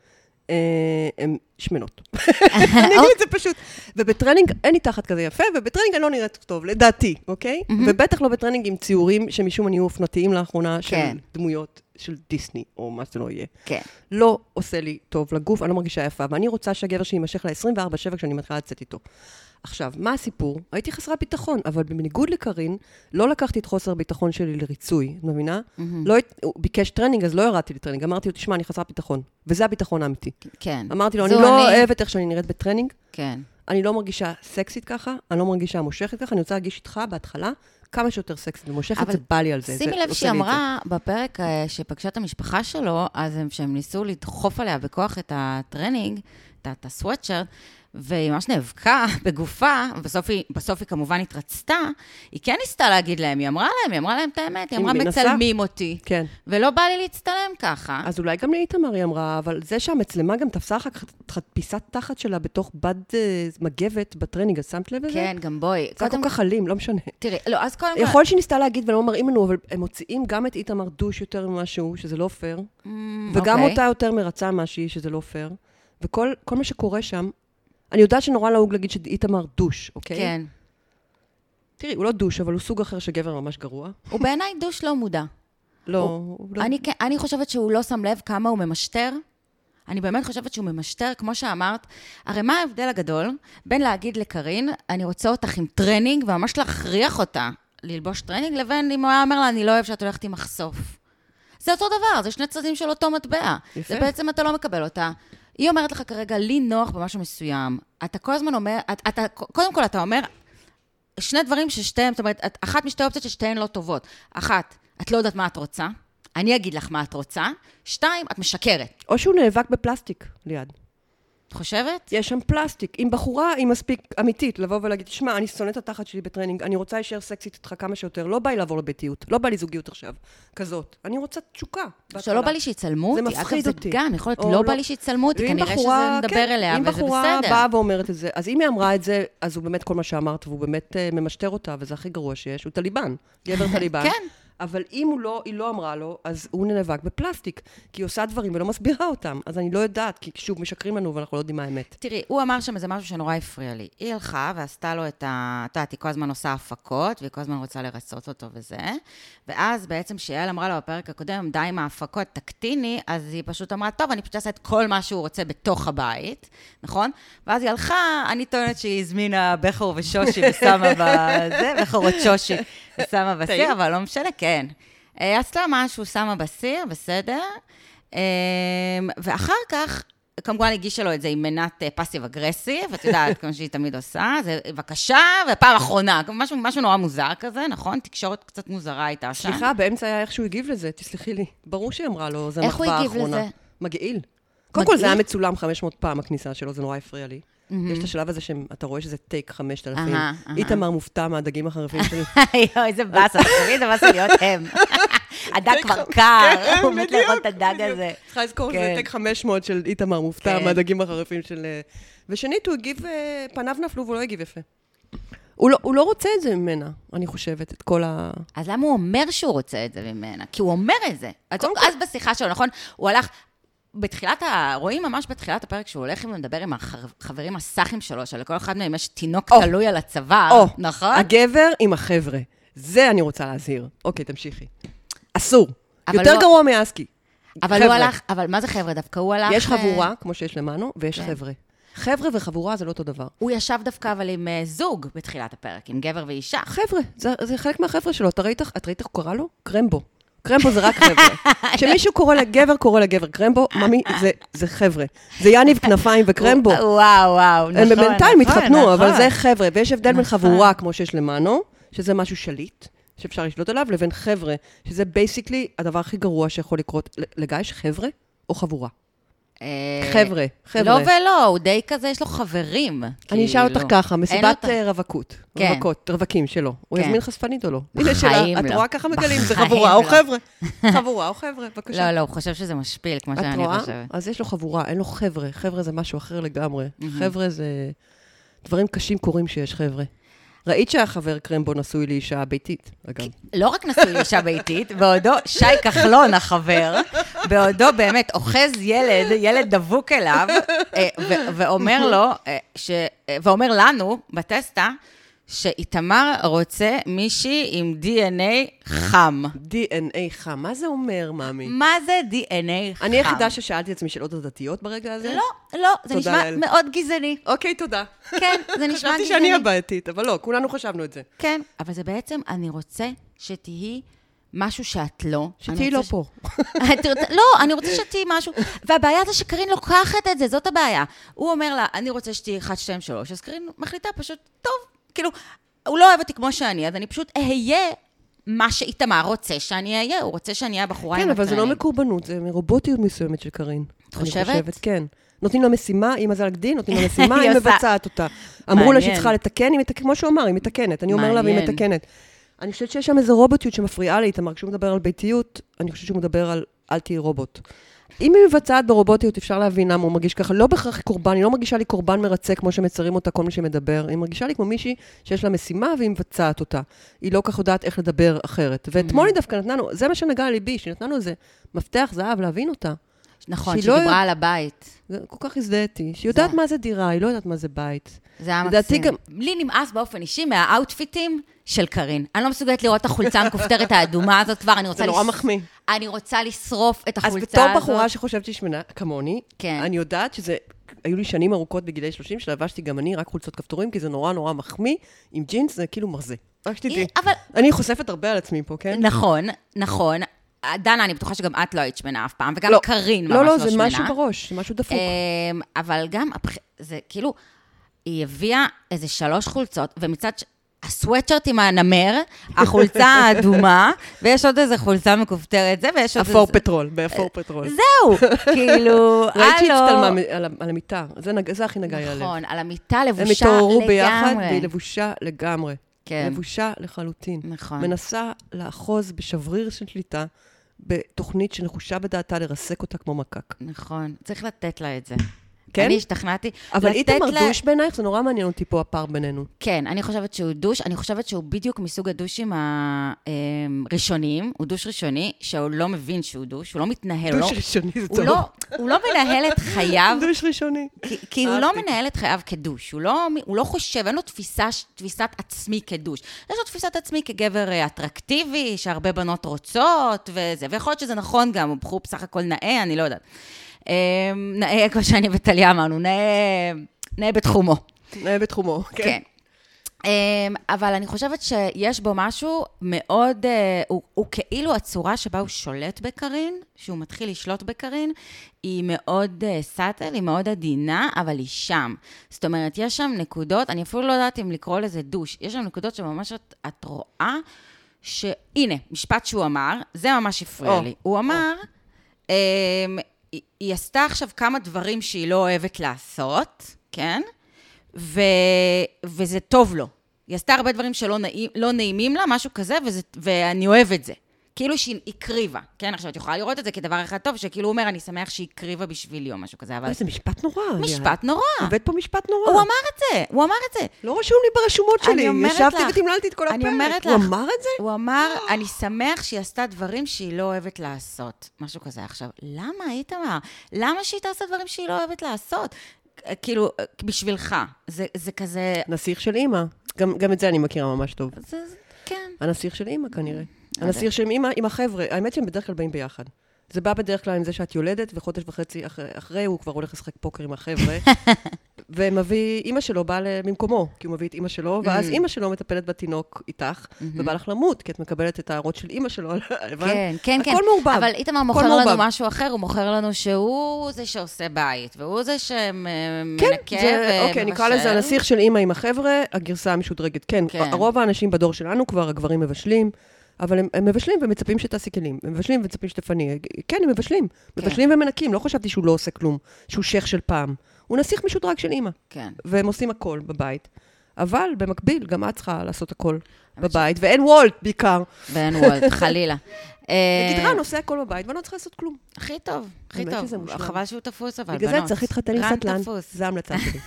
הן שמנות. אני אגיד את זה פשוט. ובטרנינג אין לי תחת כזה יפה, ובטרנינג אני לא נראית טוב, לדעתי, אוקיי? ובטח לא בטרנינג עם ציורים שמשום אני אופנתיים לאחרונה של דמויות של דיסני, או מה שזה לא יהיה. כן. לא עושה לי טוב לגוף, אני לא מרגישה יפה, ואני רוצה שהגבר שימשך ל-עשרים וארבע שבע כשאני מתחילה לצאת איתו. עכשיו, מה הסיפור? הייתי חסרה ביטחון, אבל בניגוד לקרין, לא לקחתי את חוסר הביטחון שלי לריצוי, את מבינה? Mm-hmm. לא, הוא ביקש טרנינג, אז לא ירדתי לטרנינג. אמרתי לו, תשמע, אני חסרה ביטחון. וזה הביטחון האמיתי. כן. אמרתי לו, אני לא אני... אוהבת איך שאני נראית בטרנינג. כן. אני לא מרגישה סקסית ככה, אני לא מרגישה מושכת ככה, אני רוצה להגיש איתך בהתחלה, כמה שיותר סקסית ומושכת, זה בא לי על זה. שימי לב שהיא אמרה בפרק שפגשה את המשפחה שלו, אז הם, שהם ניסו לדחוף עליה בכוח את הטרנינג, את הסוואטשרט, והיא ממש נאבקה בגופה, ובסוף היא, בסוף היא כמובן התרצתה, היא כן ניסתה להגיד להם, היא אמרה להם, היא אמרה להם את האמת, היא אמרה מצלמים אותי, כן. ולא בא לי להצטלם ככה. אז אולי גם לאיתמר היא אמרה, אבל זה שהמצלמה גם תפסה אחר כך פיסת תחת שלה בתוך בד מגבת בטרנינג, אז שמת לב לזה? כן, גם בואי. זה כל כך אלים, לא משנה. תראי, לא, אז קודם כל... יכול שניסתה להגיד ולא מראים לנו, אבל הם מוציאים גם את איתמר דוש יותר ממשהו, שזה לא פייר, וגם אותה יותר מרצה משהי, שזה לא פייר, וכל כל מה שקורה שם, אני יודעת שנורא נהוג להגיד שאיתמר דוש, אוקיי? כן. תראי, הוא לא דוש, אבל הוא סוג אחר שגבר ממש גרוע. הוא בעיניי דוש לא מודע. לא, הוא לא... אני, אני חושבת שהוא לא שם לב כמה הוא ממשטר. אני באמת חושבת שהוא ממשטר, כמו שאמרת. הרי מה ההבדל הגדול בין להגיד לקרין, אני רוצה אותך עם טרנינג, וממש להכריח אותה ללבוש טרנינג, לבין אם הוא היה אומר לה, אני לא אוהב שאת הולכת עם מחשוף. זה אותו דבר, זה שני צדדים של אותו מטבע. יפה. זה בעצם אתה לא מקבל אותה. היא אומרת לך כרגע, לי נוח במשהו מסוים. אתה כל הזמן אומר, אתה, אתה, קודם כל אתה אומר, שני דברים ששתיהם, זאת אומרת, אחת משתי אופציות ששתיהן לא טובות. אחת, את לא יודעת מה את רוצה, אני אגיד לך מה את רוצה. שתיים, את משקרת. או שהוא נאבק בפלסטיק ליד. את חושבת? יש שם פלסטיק. אם בחורה היא מספיק אמיתית לבוא ולהגיד, תשמע, אני שונאת התחת שלי בטרנינג, אני רוצה להישאר סקסית איתך כמה שיותר, לא בא לי לעבור לביתיות, לא בא לי זוגיות עכשיו, כזאת. אני רוצה תשוקה. שלא בא לי שיצלמו אותי. זה מפחיד אותי. זה גם, יכול להיות, לא בא לי שיצלמו אותי, כנראה שזה מדבר אליה, וזה בסדר. אם בחורה באה ואומרת את זה, אז אם היא אמרה את זה, אז הוא באמת כל מה שאמרת, והוא באמת ממשטר אותה, וזה הכי גרוע שיש, הוא טליבן, גבר טליבן. כן. אבל אם הוא לא, היא לא אמרה לו, אז הוא נאבק בפלסטיק, כי היא עושה דברים ולא מסבירה אותם. אז אני לא יודעת, כי שוב משקרים לנו ואנחנו לא יודעים מה האמת. תראי, הוא אמר שם איזה משהו שנורא הפריע לי. היא הלכה ועשתה לו את ה... תעת, היא כל הזמן עושה הפקות, והיא כל הזמן רוצה לרצות אותו וזה. ואז בעצם שיעל אמרה לו בפרק הקודם, די עם ההפקות, תקטיני, אז היא פשוט אמרה, טוב, אני פשוט אעשה את כל מה שהוא רוצה בתוך הבית, נכון? ואז היא הלכה, אני טוענת שהיא הזמינה בחור ושושי ושמה בזה, בחורות שושי. שמה בסיר, אבל לא משנה, כן. עשתה משהו, שמה בסיר, בסדר. ואחר כך, כמובן הגישה לו את זה עם מנת פאסיב אגרסיב, את יודעת, כמו שהיא תמיד עושה, זה בבקשה, ופעם אחרונה, משהו, משהו נורא מוזר כזה, נכון? תקשורת קצת מוזרה הייתה שם. סליחה, באמצע היה איך שהוא הגיב לזה, תסלחי לי. ברור שהיא אמרה לו, זה מחווה האחרונה. איך הוא הגיב לזה? מגעיל. קודם כל זה היה מצולם חמש מאות פעם, הכניסה שלו, זה נורא הפריע לי. יש את השלב הזה שאתה רואה שזה טייק חמשת אלפים. איתמר מופתע מהדגים החרפים שלי. יואו, איזה באסה, תראי, זה באסה להיות הם. הדג כבר קר, הוא מת לאכול את הדג הזה. צריכה לזכור שזה טייק חמש מאות של איתמר מופתע מהדגים החרפים של... ושנית, הוא הגיב, פניו נפלו והוא לא הגיב יפה. הוא לא רוצה את זה ממנה, אני חושבת, את כל ה... אז למה הוא אומר שהוא רוצה את זה ממנה? כי הוא אומר את זה. אז בשיחה שלו, נכון? הוא הלך... בתחילת ה... רואים ממש בתחילת הפרק שהוא הולך ומדבר עם החברים הסאחים שלו, שלכל אחד מהם יש תינוק תלוי על הצוואר, נכון? הגבר עם החבר'ה. זה אני רוצה להזהיר. אוקיי, תמשיכי. אסור. יותר גרוע מאסקי. אבל הוא הלך... אבל מה זה חבר'ה? דווקא הוא הלך... יש חבורה, כמו שיש למנו, ויש חבר'ה. חבר'ה וחבורה זה לא אותו דבר. הוא ישב דווקא אבל עם זוג בתחילת הפרק, עם גבר ואישה. חבר'ה, זה חלק מהחבר'ה שלו. את ראית איך הוא קרא לו? קרמבו. קרמבו זה רק חבר'ה. כשמישהו קורא לגבר, קורא לגבר קרמבו, ממי, זה חבר'ה. זה יניב כנפיים וקרמבו. וואו, וואו, נכון. הם בינתיים התחתנו, אבל זה חבר'ה. ויש הבדל בין חבורה, כמו שיש למנו, שזה משהו שליט, שאפשר לשלוט עליו, לבין חבר'ה, שזה בייסיקלי הדבר הכי גרוע שיכול לקרות. לגיא יש חבר'ה או חבורה? חבר'ה, חבר'ה. לא ולא, הוא די כזה, יש לו חברים. אני אשאל אותך ככה, מסיבת רווקות, רווקות, רווקים שלו. הוא יזמין חשפנית או לא? בחיים לא. את רואה ככה מגלים, זה חבורה או חבר'ה. חבורה או חבר'ה, בבקשה. לא, לא, הוא חושב שזה משפיל, כמו שאני חושבת. את רואה? אז יש לו חבורה, אין לו חבר'ה. חבר'ה זה משהו אחר לגמרי. חבר'ה זה... דברים קשים קורים שיש חבר'ה. ראית שהחבר קרמבו נשוי לאישה ביתית, אגב. לא רק נשוי לאישה ביתית, בעודו שי כחלון החבר, בעודו באמת אוחז ילד, ילד דבוק אליו, ואומר לו, ואומר לנו בטסטה, שאיתמר רוצה מישהי עם די אן איי חם. די אן איי חם, מה זה אומר, מאמי? מה זה די אן איי חם? אני היחידה ששאלתי עצמי שאלות הדתיות ברגע הזה? לא, לא, זה נשמע מאוד גזעני. אוקיי, תודה. כן, זה נשמע גזעני. חשבתי שאני הבעייתית, אבל לא, כולנו חשבנו את זה. כן, אבל זה בעצם, אני רוצה שתהי משהו שאת לא. שתהי לא פה. לא, אני רוצה שתהי משהו, והבעיה זה שקרין לוקחת את זה, זאת הבעיה. הוא אומר לה, אני רוצה שתהי אחת, שתיים, שלוש, אז קרין מחליטה פשוט, טוב, כאילו, הוא לא אוהב אותי כמו שאני, אז אני פשוט אהיה מה שאיתמר רוצה שאני אהיה, הוא רוצה שאני אהיה בחורה עם כן, אבל הטרנים. זה לא מקורבנות, זה מרובוטיות מסוימת של קרין. את חושבת? אני חושבת, כן. נותנים לה משימה, היא מזל גדין, נותנים לה משימה, היא מבצעת אותה. אמרו לה שהיא צריכה לתקן, כמו שהוא אמר, היא מתקנת. אני אומר לה והיא מתקנת. אני חושבת שיש שם איזו רובוטיות שמפריעה לאיתמר, כשהוא מדבר על ביתיות, אני חושבת שהוא מדבר על אל תהי רובוט. אם היא מבצעת ברובוטיות, אפשר להבין למה הוא מרגיש ככה. לא בהכרח קורבן, היא לא מרגישה לי קורבן מרצה, כמו שמצרים אותה כל מי שמדבר. היא מרגישה לי כמו מישהי שיש לה משימה, והיא מבצעת אותה. היא לא כך יודעת איך לדבר אחרת. ואתמול היא דווקא נתנו, זה מה שנגע לליבי, שנתנו איזה מפתח זהב להבין אותה. נכון, שהיא דיברה על הבית. זה כל כך הזדהיתי. שהיא יודעת מה זה דירה, היא לא יודעת מה זה בית. זה היה מקסים. לי נמאס באופן אישי מהאוטפיטים של קרין. אני לא מסוגלת לראות את החולצה המכופתרת האדומה הזאת כבר, אני רוצה... זה נורא מחמיא. אני רוצה לשרוף את החולצה הזאת. אז בתור בחורה שחושבת שהיא שמנה, כמוני, אני יודעת שזה... היו לי שנים ארוכות בגילי שלושים, שלבשתי גם אני רק חולצות כפתורים, כי זה נורא נורא מחמיא, עם ג'ינס זה כאילו מרזה. רק שתדעי. אני חושפת הרבה על עצמי פה, כן? נכון, נכון. דנה, אני בטוחה שגם את לא היית שמנה אף פעם, וגם קרין ממש לא לא שמנה. שמנה. לא, לא, זה משהו בראש, זה משהו דפוק. אבל גם, זה כאילו, היא הביאה איזה שלוש חולצות, ומצד הסוואטשרט עם הנמר, החולצה האדומה, ויש עוד איזה חולצה מכופתרת זה, ויש עוד איזה... אפור פטרול, באפור פטרול. זהו, כאילו, הלו. ראית שהצטלמה על המיטה, זה הכי נגע לי הלב. נכון, על המיטה לבושה לגמרי. הם התעוררו ביחד, והיא לבושה לגמרי. כן. לבושה לחלוטין. נכון. מנסה לאחוז בשבריר של שליטה, בתוכנית שנחושה בדעתה לרסק אותה כמו מקק. נכון, צריך לתת לה את זה. כן? אני השתכנעתי. אבל איתמר דוש בעינייך, זה נורא מעניין אותי פה הפער בינינו. כן, אני חושבת שהוא דוש, אני חושבת שהוא בדיוק מסוג הדושים הראשוניים, הוא דוש ראשוני, שהוא לא מבין שהוא דוש, הוא לא מתנהל. דוש ראשוני, זה טוב. הוא לא מנהל את חייו. דוש ראשוני. כי הוא לא מנהל את חייו כדוש, הוא לא חושב, אין לו תפיסת עצמי כדוש. יש לו תפיסת עצמי כגבר אטרקטיבי, שהרבה בנות רוצות, וזה, ויכול להיות שזה נכון גם, הוא בחור בסך הכל נאה, אני לא יודעת. נאה, כמו שאני וטליה אמרנו, נאה בתחומו. נאה בתחומו, כן. אבל אני חושבת שיש בו משהו מאוד, הוא כאילו הצורה שבה הוא שולט בקרין, שהוא מתחיל לשלוט בקרין, היא מאוד סאטל, היא מאוד עדינה, אבל היא שם. זאת אומרת, יש שם נקודות, אני אפילו לא יודעת אם לקרוא לזה דוש, יש שם נקודות שממש את רואה, שהנה, משפט שהוא אמר, זה ממש הפריע לי. הוא אמר, היא עשתה עכשיו כמה דברים שהיא לא אוהבת לעשות, כן? ו... וזה טוב לו. היא עשתה הרבה דברים שלא נעים, לא נעימים לה, משהו כזה, וזה... ואני אוהב את זה. כאילו שהיא הקריבה, כן? עכשיו, את יכולה לראות את זה כדבר אחד טוב, שכאילו הוא אומר, אני שמח שהיא הקריבה בשבילי או משהו כזה, אבל... זה משפט נורא. משפט נורא. עובד פה משפט נורא. הוא אמר את זה, הוא אמר את זה. לא רשום לי ברשומות שלי, ישבתי ותמללתי את כל הפרק. אני אומרת לך. הוא אמר את זה? הוא אמר, אני שמח שהיא עשתה דברים שהיא לא אוהבת לעשות. משהו כזה. עכשיו, למה היית אמר? למה שהיא תעשה דברים שהיא לא אוהבת לעשות? כאילו, בשבילך. זה, זה כזה... נסיך של אמא. גם, גם את זה אני מכירה ממש טוב. זה, כן. הנסיך של אמא כנראה. הנסיך של אמא עם החבר'ה. האמת שהם בדרך כלל באים ביחד. זה בא בדרך כלל עם זה שאת יולדת, וחודש וחצי אחרי, אחרי הוא כבר הולך לשחק פוקר עם החבר'ה. ומביא, אמא שלו בא במקומו, כי הוא מביא את אמא שלו, ואז אמא שלו מטפלת בתינוק איתך, ובא לך למות, כי את מקבלת את ההערות של אמא שלו. כן, כן, כן. הכל מעורבב. אבל איתמר מוכר לנו משהו אחר, הוא מוכר לנו שהוא זה שעושה בית, והוא זה שמנקה ומבשל. אוקיי, נקרא לזה הנסיך של אמא עם החבר'ה, הגרסה המשודרגת. כן, הרוב האנשים בדור שלנו כבר, הגברים מבשלים, אבל הם, הם מבשלים ומצפים שתעשי כלים. הם מבשלים ומצפים שתפני. כן, הם מבשלים. כן. מבשלים ומנקים. לא חשבתי שהוא לא עושה כלום. שהוא שייך של פעם. הוא נסיך משודרג של אמא. כן. והם עושים הכל בבית. אבל במקביל, גם את צריכה לעשות הכל בבית, ואין וולט בעיקר. ואין וולט, חלילה. נגיד רן עושה הכל בבית, ואני לא צריכה לעשות כלום. הכי טוב, הכי טוב. חבל שהוא תפוס, אבל בנות. בגלל זה צריך להתחתן עם סטלן. זה ההמלצה שלי.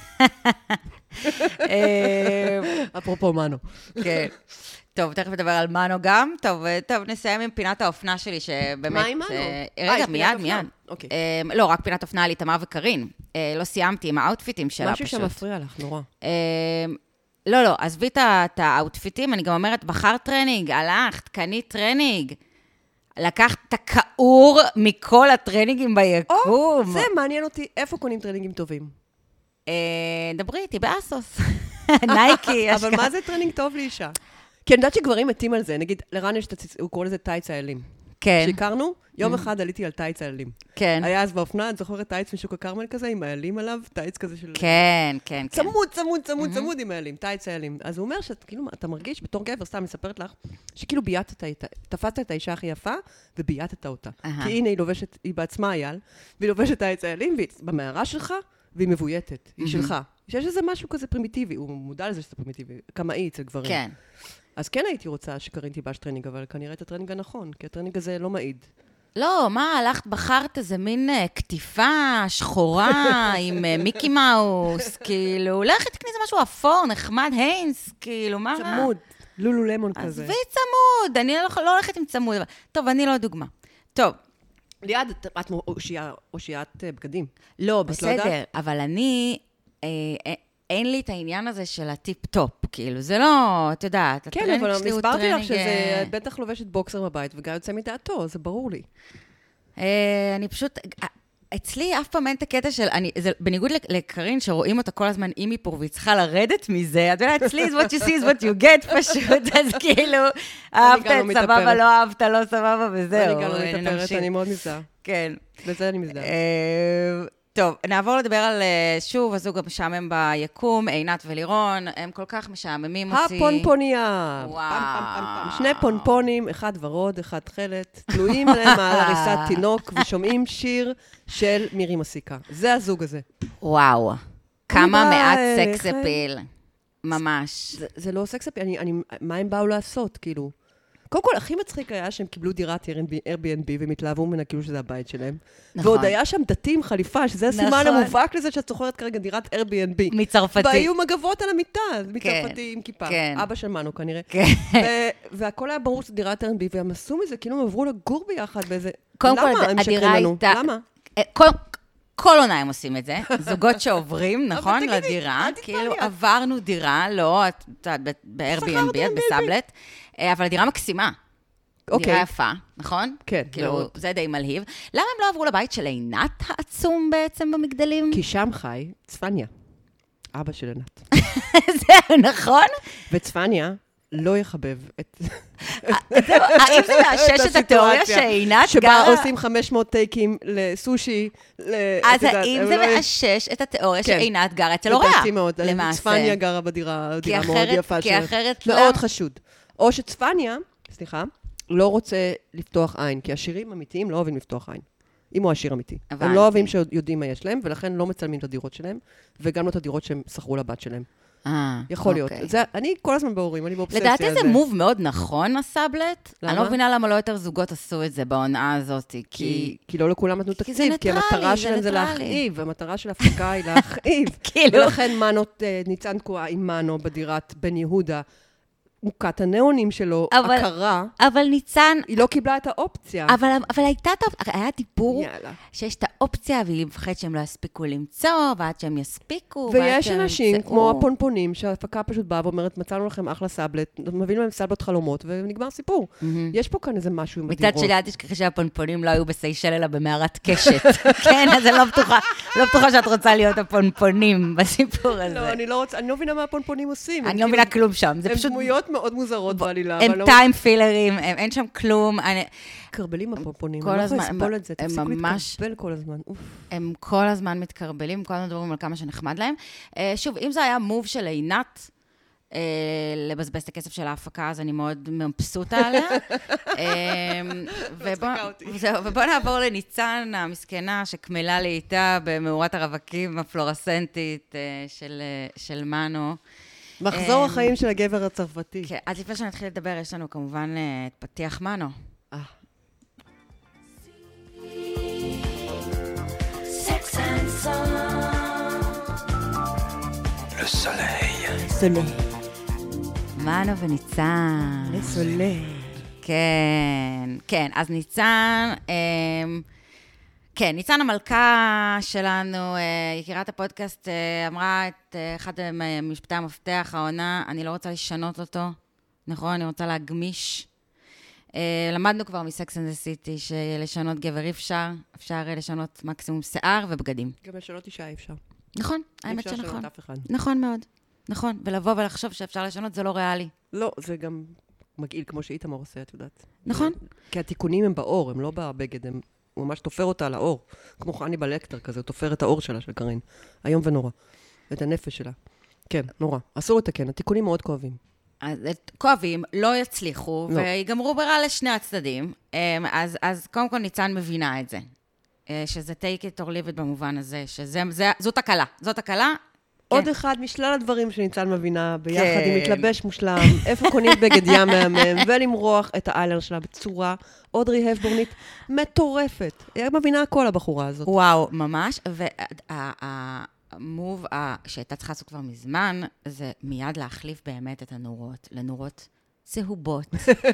אפרופו מנו. כן. טוב, תכף נדבר על מנו גם. טוב, טוב, נסיים עם פינת האופנה שלי, שבאמת... מה עם מנו? רגע, מיד, מיד. לא, רק פינת אופנה על איתמר וקרין. לא סיימתי עם האוטפיטים שלה פשוט. משהו שמפריע לך, נורא. לא, לא, עזבי את האוטפיטים, אני גם אומרת, בחרת טרנינג, הלכת, קנית טרנינג, לקחת את הכעור מכל הטרנינגים ביקום. זה מעניין אותי, איפה קונים טרנינגים טובים? דברי איתי, באסוס. נייקי. אבל מה זה טרנינג טוב לאישה? כי אני יודעת שגברים מתים על זה, נגיד, לרן יש, הוא קורא לזה טייץ האלים. כן. שהכרנו, יום אחד עליתי על טייץ האלים. כן. היה אז באופנה, את זוכרת טייץ משוק הקרמל כזה, עם האלים עליו, טייץ כזה של... כן, כן, כן. צמוד, צמוד, צמוד, צמוד עם האלים, טייץ האלים. אז הוא אומר שאת, כאילו, אתה מרגיש, בתור גבר, סתם מספרת לך, שכאילו בייתת, תפסת את האישה הכי יפה, ובייתת אותה. כי הנה היא לובשת, היא בעצמה אייל, והיא לובשת טייץ האלים, והיא במערה שלך, והיא מבויתת, היא שלך. שיש איזה משהו כזה פרימיטיבי, הוא מודע לזה שזה פרימיטיבי, קמאי אצל גברים. כן. אז כן הייתי רוצה שקרין תיבש טרנינג, אבל כנראה את הטרנינג הנכון, כי הטרנינג הזה לא מעיד. לא, מה, הלכת, בחרת איזה מין כתיפה שחורה עם מיקי מאוס, כאילו, לכת תקני איזה משהו אפור, נחמד, היינס, כאילו, מה? צמוד, לולו למון כזה. עזבי צמוד, אני לא הולכת עם צמוד, טוב, אני לא דוגמה. טוב. ליד, את אושיית בגדים. לא, בסדר, אבל אני... אין לי את העניין הזה של הטיפ-טופ, כאילו, זה לא, את יודעת, כן, אבל מסברתי לך שזה, בטח לובשת בוקסר בבית, וגם יוצא מדעתו, זה ברור לי. אני פשוט, אצלי אף פעם אין את הקטע של, בניגוד לקרין, שרואים אותה כל הזמן עם איפור, והיא צריכה לרדת מזה, את יודעת, אצלי is what you see is what you get פשוט, אז כאילו, אהבת את סבבה, לא אהבת, לא סבבה, וזהו. אני גם לא מתאפרת, אני מאוד מזדהה. כן. בזה אני מזדהה. טוב, נעבור לדבר על, שוב, הזוג המשעמם ביקום, עינת ולירון, הם כל כך משעממים אותי. הפונפוניה. וואו. שני פונפונים, אחד ורוד, אחד תכלת, תלויים להם על הריסת תינוק, ושומעים שיר של מירי מסיקה. זה הזוג הזה. וואו. כמה מעט סקס אפיל. ממש. זה לא סקס אפיל, מה הם באו לעשות, כאילו? קודם כל, הכי מצחיק היה שהם קיבלו דירת Airbnb, והם התלהבו ממנה כאילו שזה הבית שלהם. נכון. ועוד היה שם דתי עם חליפה, שזה הסימן נכון. המובהק לזה שאת זוכרת כרגע דירת Airbnb. מצרפתי. והיו מגבות על המיטה, מצרפתי כן. עם כיפה. כן. אבא של מנו כנראה. כן. ו- והכל היה ברור שזה דירת Airbnb, והם עשו מזה, כאילו הם עברו לגור ביחד באיזה... קודם למה כל, הם שקרים לנו? הייתה... למה? כל... כל עונה הם עושים את זה, זוגות שעוברים, נכון, לדירה, כאילו עברנו דירה, לא, ב-Airbnb, בסאבלט, אבל הדירה מקסימה. דירה יפה, נכון? כן. כאילו, זה די מלהיב. למה הם לא עברו לבית של עינת העצום בעצם במגדלים? כי שם חי צפניה, אבא של עינת. זה נכון? וצפניה לא יחבב את... האם זה מאשש את התיאוריה שעינת גרה... שבה עושים חמש מאות טייקים לסושי. אז האם זה מאשש את התיאוריה שעינת גרה אצל הוריה? לדעתי מאוד. צפניה גרה בדירה מאוד יפה שלו. מאוד חשוד. או שצפניה, סליחה, לא רוצה לפתוח עין, כי השירים אמיתיים לא אוהבים לפתוח עין. אם הוא השיר אמיתי. הם לא אוהבים שיודעים מה יש להם, ולכן לא מצלמים את הדירות שלהם, וגם לא את הדירות שהם שכרו לבת שלהם. יכול להיות. אני כל הזמן בהורים, אני באובססיה. לדעתי זה מוב מאוד נכון, הסאבלט. אני לא מבינה למה לא יותר זוגות עשו את זה בעונה הזאת. כי לא לכולם נתנו תקציב, כי המטרה שלהם זה להכאיב, המטרה של ההפקה היא להכאיב. ולכן מנות, ניצן תקועה עם מנו בדירת בן יהודה, מוקת הנאונים שלו, אבל, הכרה, אבל ניצן... היא לא קיבלה את האופציה. אבל, אבל הייתה, היה דיבור יאללה. שיש את האופציה, והיא מפחדת שהם לא יספיקו למצוא, ועד שהם יספיקו, ויש אנשים ימצאו. כמו הפונפונים, שההפקה פשוט באה ואומרת, מצאנו לכם אחלה סאבלט, מביאים להם סאבלט חלומות, ונגמר סיפור. Mm-hmm. יש פה כאן איזה משהו עם הדירות. מצד שלי, אל תשכחי שהפונפונים לא היו בסיישל, אלא במערת קשת. כן, אז אני לא בטוחה, לא בטוחה שאת רוצה להיות הפונפונים בסיפור הזה. לא, אני לא רוצה, אני לא מבינה מה הפונפונים עושים. אני לא מבינה כלום שם. זה פשוט מאוד מוזרות בעלילה. הם טיים פילרים, אין שם כלום. קרבלים הפופונים, אני לא יכולה לסבול את זה, תפסיקו להתקרבל כל הזמן. הם כל הזמן מתקרבלים, כל הזמן מדברים על כמה שנחמד להם. שוב, אם זה היה מוב של עינת, לבזבז את הכסף של ההפקה, אז אני מאוד מבסוטה עליה. ובוא נעבור לניצן, המסכנה, שכמלה לי איתה במאורת הרווקים הפלורסנטית של מנו. מחזור החיים של הגבר הצרפתי. כן, אז לפני שנתחיל לדבר, יש לנו כמובן את פתיח מנו. אה. Le soleil. סולי. מנו וניצן. לסולי. כן, כן, אז ניצן, אמ, כן, ניצן המלכה שלנו, אה, יקירת הפודקאסט, אה, אמרה את אה, אחד ממשפטי המפתח, העונה, אני לא רוצה לשנות אותו, נכון? אני רוצה להגמיש. אה, למדנו כבר מסקס אנד דה סיטי שלשנות גבר אי אפשר, אפשר לשנות מקסימום שיער ובגדים. גם לשנות אישה אי אפשר. נכון, האמת אי אפשר שנכון. לשנות אף אחד. נכון מאוד, נכון, ולבוא ולחשוב שאפשר לשנות זה לא ריאלי. לא, זה גם מגעיל כמו שאיתמר עושה, את יודעת. נכון. כי התיקונים הם באור, הם לא בבגד, הם הוא ממש תופר אותה על האור. כמו חני בלקטר כזה, הוא תופר את האור שלה, של קרין. היום ונורא. את הנפש שלה. כן, נורא. אסור לתקן, התיקונים מאוד כואבים. אז כואבים, לא יצליחו, לא. ויגמרו ברע לשני הצדדים. אז, אז קודם כל ניצן מבינה את זה. שזה take it or leave it במובן הזה, שזאת הקלה. זאת הקלה. עוד כן. אחד משלל הדברים שניצן מבינה, ביחד כן. עם מתלבש מושלם, איפה קונים בגד ים מהמם, ולמרוח את האיילר שלה בצורה, אודרי הפבורנית מטורפת. היא מבינה הכל הבחורה הזאת. וואו, ממש. והמוב שהייתה צריכה לעשות כבר מזמן, זה מיד להחליף באמת את הנורות, לנורות צהובות,